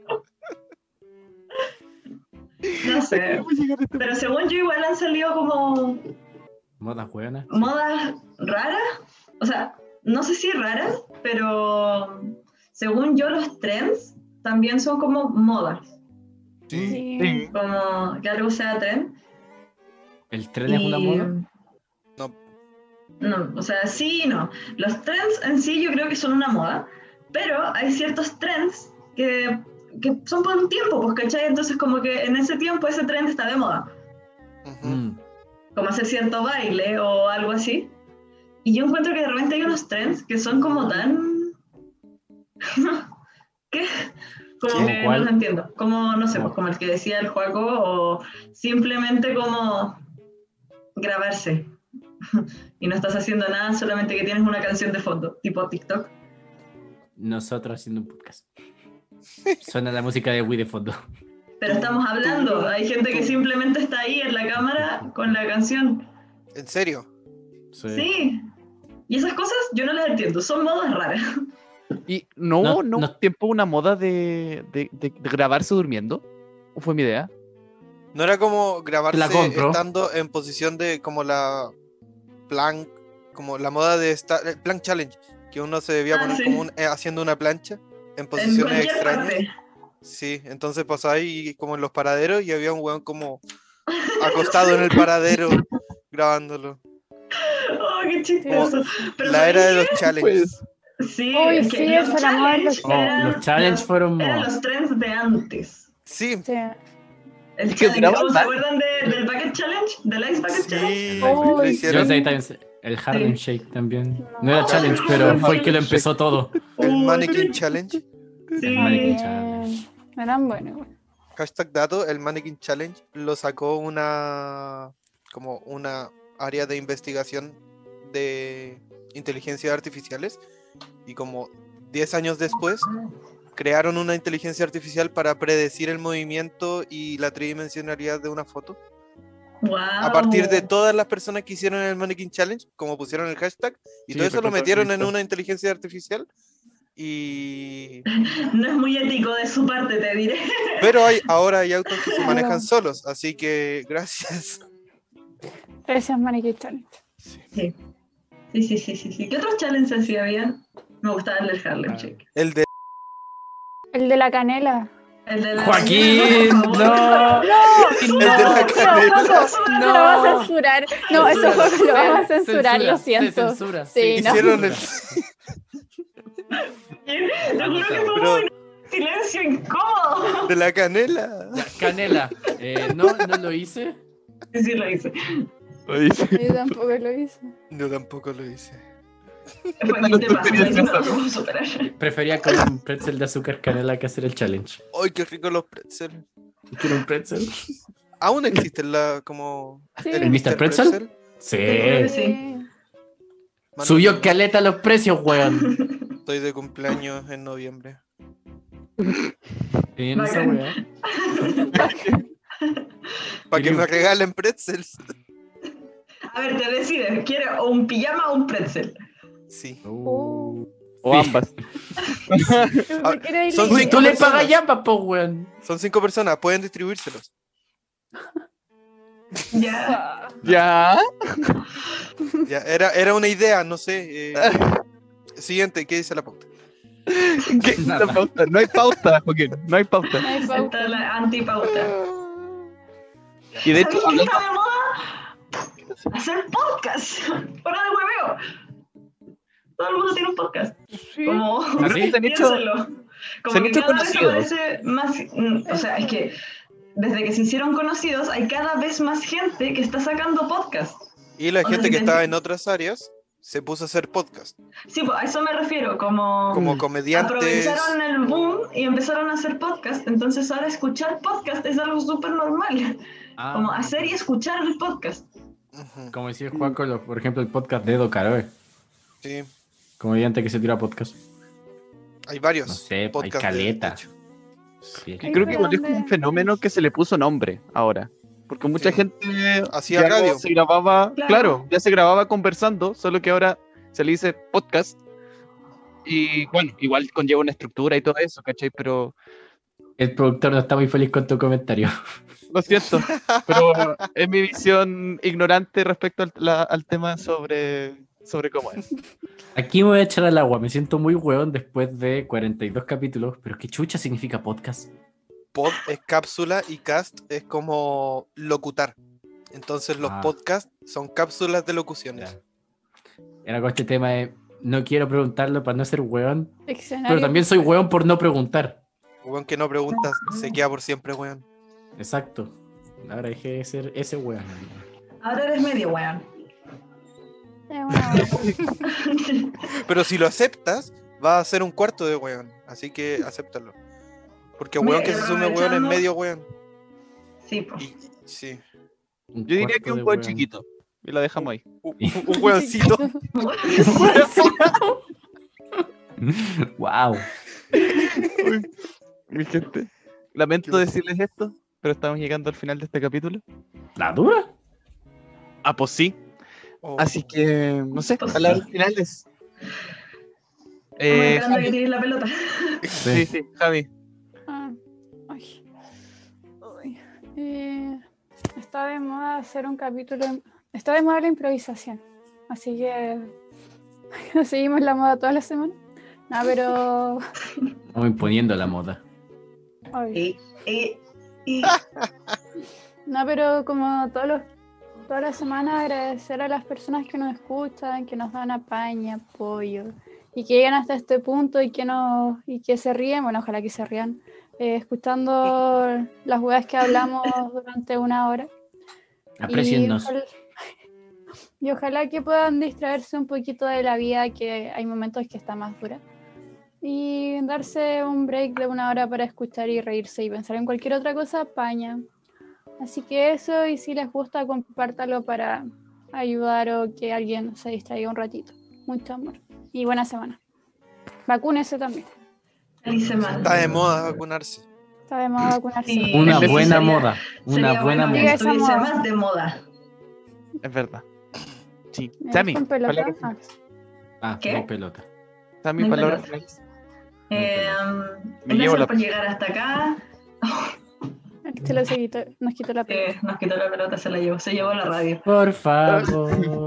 No sé. Pero según yo igual han salido como Modas buenas. modas raras. O sea, no sé si raras, pero según yo los trends también son como modas. Sí. Sí. Como que algo sea trend. ¿El tren es una Y- moda? No. No, o sea, sí y no. Los trends en sí yo creo que son una moda, pero hay ciertos trends que, que son por un tiempo, pues, ¿cachai? Entonces como que en ese tiempo ese trend está de moda, Ujú. Mm. como hacer cierto baile o algo así. Y yo encuentro que de repente hay unos trends que son como tan... ¿Qué? Como ¿Cómo que cuál? no los entiendo. Como, no sé, ¿Cómo? pues como el que decía el Joaco, o simplemente como grabarse. Y no estás haciendo nada, solamente que tienes una canción de fondo, tipo TikTok. Nosotros haciendo un podcast. Suena la música de Wii de fondo. Pero estamos hablando, hay gente que simplemente está ahí en la cámara con la canción. ¿En serio? Sí. Sí. Y esas cosas yo no las entiendo, son modas raras. Y no, No, no, no. tiempo una moda de, de, de- de grabarse durmiendo. ¿O fue mi idea? ¿No era como grabarse La compro. estando en posición de como la plank, como la moda de estar, el plank challenge, que uno se debía Ah, poner sí. como un, eh, haciendo una plancha en En posiciones cualquier extrañas? parte. Sí, entonces pasaba ahí como en los paraderos y había un weón como acostado en el paradero grabándolo. Oh, qué chistoso. Pero La ¿sabéis era de qué? los challenges. Pues, Sí, Uy, es que sí, los eso era moda en los challenge Oh, eran, los challenge los- fueron eran moda. los trends de antes. Sí, Sí. El Es que challenge, duraban ¿cómo se más. acuerdan de- del Bucket Challenge? ¿Del Ice Bucket Challenge? sí, Uy, lo Yo hicieron. sé también el Harlem Shake también. No era No. challenge, pero fue el que lo empezó todo. El Uy, Mannequin qué- Challenge. Sí. El Mannequin También. Challenge. Eran buenos. igual. Hashtag dato, el Mannequin Challenge lo sacó una como una área de investigación de inteligencias artificiales y como diez años después crearon una inteligencia artificial para predecir el movimiento y la tridimensionalidad de una foto. Wow. A partir de todas las personas que hicieron el Mannequin Challenge, como pusieron el hashtag, y Sí, todo eso lo recuerdo metieron haber en visto. una inteligencia artificial. Y No es muy ético de su parte, te diré. pero hay ahora hay autos que se Claro. manejan solos, así que gracias. Gracias, Mannequin Challenge. Sí. Sí, sí, sí, sí, sí. ¿Qué otros challenges así habían? Me gustaba el del Harlem Ah. Shake. El de El de la canela. El de la Joaquín, por favor. no. el de la No, canela. Joco, se lo vamos a censurar. No, eso Censura, Joco, lo vamos a se censurar, censura, lo se siento. censura, Sí, no. Hicieron el Te juro que fue pero un silencio incómodo. de la canela. Ya, Canela, eh, no, no lo hice. Sí, sí, lo hice. lo dice. Yo tampoco lo hice. Yo tampoco lo hice. Joaquín, te pasa, no lo puedo superar. Prefería comer un pretzel de azúcar canela que hacer el challenge. ¡Ay, qué rico los pretzels! ¿Quiero un pretzel? ¿Aún existe la como Sí. ¿El mister Pretzel? Sí. creo que sí. Mano, Subió caleta los precios, weón. estoy de cumpleaños en noviembre. En esa Bacán. weá. Para que Quería- me regalen pretzels. A ver, te decides, ¿quieres o un pijama o un pretzel? Sí. Uh. O Sí. ambas. Ah, Quiero ir son leyendo. Uy, cinco tú le personas. pagas ya, po, weón. Son cinco personas, pueden distribuírselos. Ya. ¿Ya? Ya, era, era una idea, no sé. eh. Siguiente, ¿qué dice la pauta? ¿Qué? Nada. No, pauta. No hay pauta, Joaquín. No hay pauta. No hay Esta pauta. es la antipauta. Y de hecho, ¿Sabes qué hablando, está de moda? Hacer podcast. Fuera de hueveo. Todo el mundo tiene un podcast. Como, ¿Ah, sí? se han hecho, piénsalo. Como se han que hecho cada vez conocidos. aparece más. mm, O sea, es que desde que se hicieron conocidos, hay cada vez más gente que está sacando podcast. Y la O sea, gente si que te- estaba en otras áreas se puso a hacer podcast. Sí, pues a eso me refiero. Como. Como comediantes. Aprovecharon el boom y empezaron a hacer podcast. Entonces ahora escuchar podcast es algo súper normal. Ah, Como hacer y escuchar el podcast. Ujú, Como decía Juaco, lo- por ejemplo, el podcast de Edo Caroe, sí, comediante que se tira podcast. hay varios. No sé, hay podcasts de- caleta. de hecho. Sí. que creo que igual es como un fenómeno que se le puso nombre ahora. Porque mucha Sí. gente Hacía ya radio. se grababa, Claro. claro. ya se grababa conversando, solo que ahora se le dice podcast. Y bueno, igual conlleva una estructura y todo eso, ¿cachai? Pero El productor no está muy feliz con tu comentario. lo siento, pero es mi visión ignorante respecto al, la- al tema sobre, sobre cómo es. Aquí me voy a echar al agua. Me siento muy hueón después de cuarenta y dos capítulos. Pero ¿qué chucha significa podcast? Pod es cápsula y cast es como locutar. Entonces los Ah. podcasts son cápsulas de locuciones. Ya. Era con este tema de no quiero preguntarlo para no ser weón, Diccionario. pero también soy weón por no preguntar. Weón que no pregunta se queda por siempre, weón. Exacto. Ahora dejé de ser ese weón. Ahora eres medio weón. Es una buena. Pero si lo aceptas, va a ser un cuarto de weón. Así que acéptalo. Porque weón Mira, que se sume weón es aprovechando- medio weón. Sí, pues. Y, sí. Un Yo diría cuarto que un de weón weón. chiquito. Y lo dejamos ahí. Un, un- un weoncito. Wow. Mi gente. Lamento decirles esto, pero estamos llegando al final de este capítulo. ¿La dura? Ah, pues sí. Oh. Así que, no sé, Pues palabras finales. Me Eh, encanta que Javi. tires la pelota. Sí, sí, Javi. Ah, ay. Uy. Eh, está de moda hacer un capítulo. Está de moda la improvisación. Así que seguimos la moda toda la semana. No, pero. Estamos imponiendo la moda. Ay. Y, y, y No, pero como todos los, toda la semana agradecer a las personas que nos escuchan, que nos dan apaña, apoyo y que llegan hasta este punto y que nos y que se ríen, bueno, ojalá que se rían, eh, escuchando las weas que hablamos durante una hora. Y Apreciennos. ojalá, y ojalá que puedan distraerse un poquito de la vida, que hay momentos que está más dura. Y darse un break de una hora para escuchar y reírse y pensar en cualquier otra cosa, apaña. Así que eso, y si les gusta, compártalo para ayudar o que alguien se distraiga un ratito. Mucho amor. Y buena semana. Vacúnese también. feliz semana. Está de moda vacunarse. Está de moda vacunarse. Sí. Una Sería- buena moda. Una Sería buena bueno que moda. moda. estuviese Esa moda. más de moda. Es verdad. Sí. ¿Me Sammy, dejo en pelota? palabras Ah, finales. Ah, ¿Qué? no pelota. Sammy, No hay palabras pelota. finales. Eh, Me llevo gracias la- por llegar hasta acá. el chelo se quitó, nos quitó la pelota. Eh, nos quitó la pelota, se la llevó. Se llevó la radio. Por favor.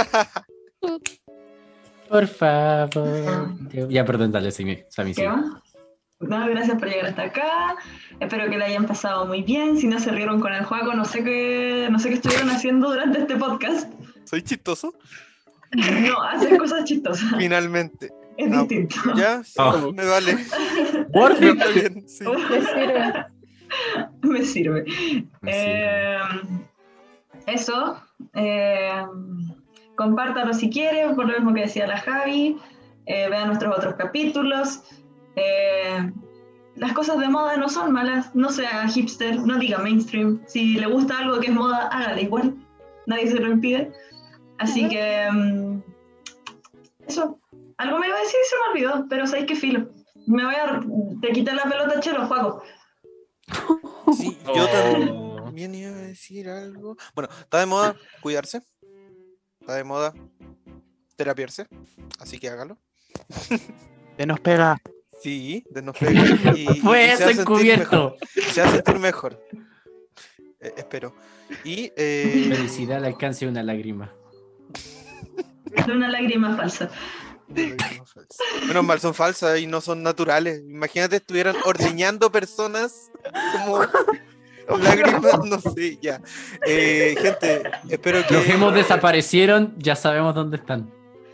Por favor. Ya, perdón, dale, Sammy. Sammy, sí. ¿Qué más? No, gracias por llegar hasta acá. Espero que la hayan pasado muy bien. Si no se rieron con el juego, no sé qué, no sé qué estuvieron haciendo durante este podcast. ¿Soy chistoso? No, hacer cosas chistosas. Finalmente. Es Ah, distinto. Ya, sí, Oh. me vale. Worth it. Está bien, sí. Les sirve. Me sirve. Me Eh, eso. Eh, compártalo si quieres, por lo mismo que decía la Javi. Eh, vean nuestros otros capítulos. Eh, las cosas de moda no son malas. No sea hipster, no diga mainstream. Si le gusta algo que es moda, hágale igual. Nadie se lo impide. Así que. mm, eso. Algo me iba a decir y se me olvidó, pero sabéis que filo. Me voy a. Te quité la pelota, chelo, juego. Sí, yo Oh. también iba a decir algo. Bueno, está de moda cuidarse. Está de moda terapiarse. Así que hágalo. Te nos pega. Sí, de nos pega. Y, y- Fue y se eso va a sentir encubierto. mejor. Se va a sentir mejor. Eh, espero. Y eh, Felicidad al alcance de una lágrima. Una lágrima falsa. menos mal son falsas y no son naturales. Imagínate estuvieran ordeñando personas como lágrimas, no sé, ya. Eh, gente, espero que. Los gemos desaparecieron, ya sabemos dónde están.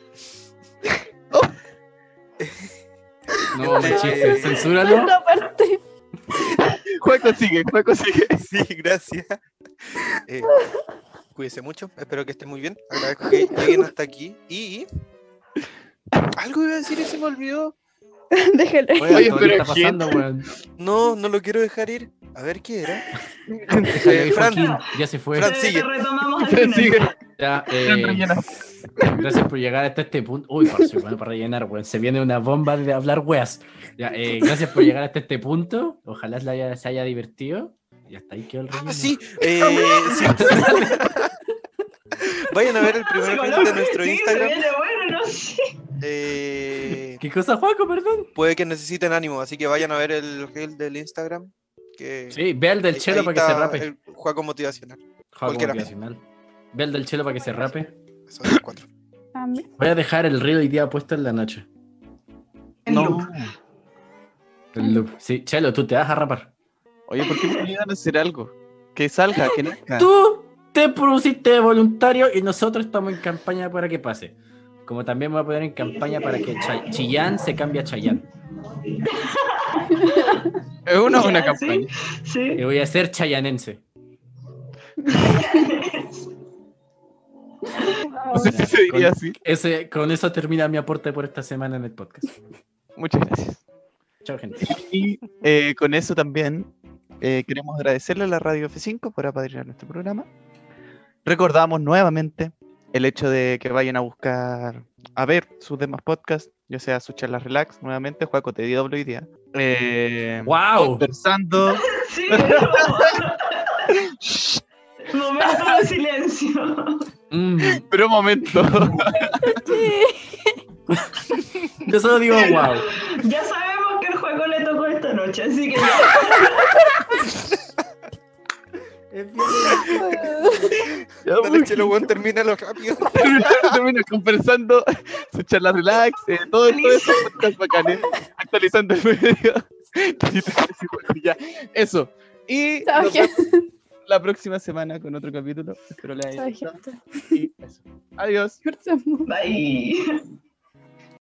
No, Este, machiste, censúralo. Esta parte. Juego sigue, juego sigue. Sí, gracias. Eh, cuídese mucho, espero que esté muy bien. Agradezco que lleguen hasta aquí. Y. Algo iba a decir y se me olvidó. Déjelo. Oye, Oye, todo pero lo que está pasando, weón. No, no lo quiero dejar ir. A ver qué era. Déjalo Eh, ahí, Fran, Joaquín, ya se fue. Fran, Te- sigue. te retomamos al Fran, final. sigue. Ya, Fran, eh, rellena. gracias por llegar hasta este punto. Uy, parce, bueno, para rellenar, weón. Se viene una bomba de hablar weas. Ya, eh, gracias por llegar hasta este punto. Ojalá se haya, se haya divertido. Y hasta ahí quedó el relleno. Ah, sí. Eh, sí. Vayan a ver el primer reel de nuestro Sí, se Instagram. viene bueno, no sé. Eh, ¿Qué cosa, Juaco, perdón? puede que necesiten ánimo, así que vayan a ver el reel del Instagram. Que Sí, ve el del ahí- chelo ahí para que se está rape. El juego motivacional. Juaco cualquiera. motivacional. Ve el del chelo para que se rape. Eso es cuatro. También. Voy a dejar el reel hoy día puesto en la noche. En No. loop. El loop. Sí, chelo, tú te vas a rapar. Oye, ¿por qué me obligan a hacer algo? Que salga, que nazca. ¡Tú! te pusiste de voluntario y nosotros estamos en campaña para que pase. Como también me voy a poner en campaña para que Ch- Chillán se cambie a Chayán. Es una buena Ya, campaña. Sí, sí. Y voy a ser chayanense. No sé si se diría Con, así. ese, con eso termina mi aporte por esta semana en el podcast. Muchas gracias. Chao, gente. Y eh, con eso también eh, queremos agradecerle a la Radio F cinco por apadrinar nuestro programa. Recordamos nuevamente el hecho de que vayan a buscar, a ver sus demás podcasts, ya sea su charla relax, nuevamente, Juaco te dio hoy día. Eh, ¡Wow! Conversando. Sí, no. Momento de silencio. Mm, Pero un momento. yo solo digo wow. Ya sabemos que el juego le tocó esta noche, así que Ya, Dale, chelo, weón, termínalo rápido. termino conversando, su charla relax, eh, todo, todo eso, podcast bacanes, actualizando el medio. Ya, eso. Y Chao, nos gente. vemos la próxima semana con otro capítulo. Espero les haya Chao, gustado. gente. Y eso. Adiós. Cortamos. bye.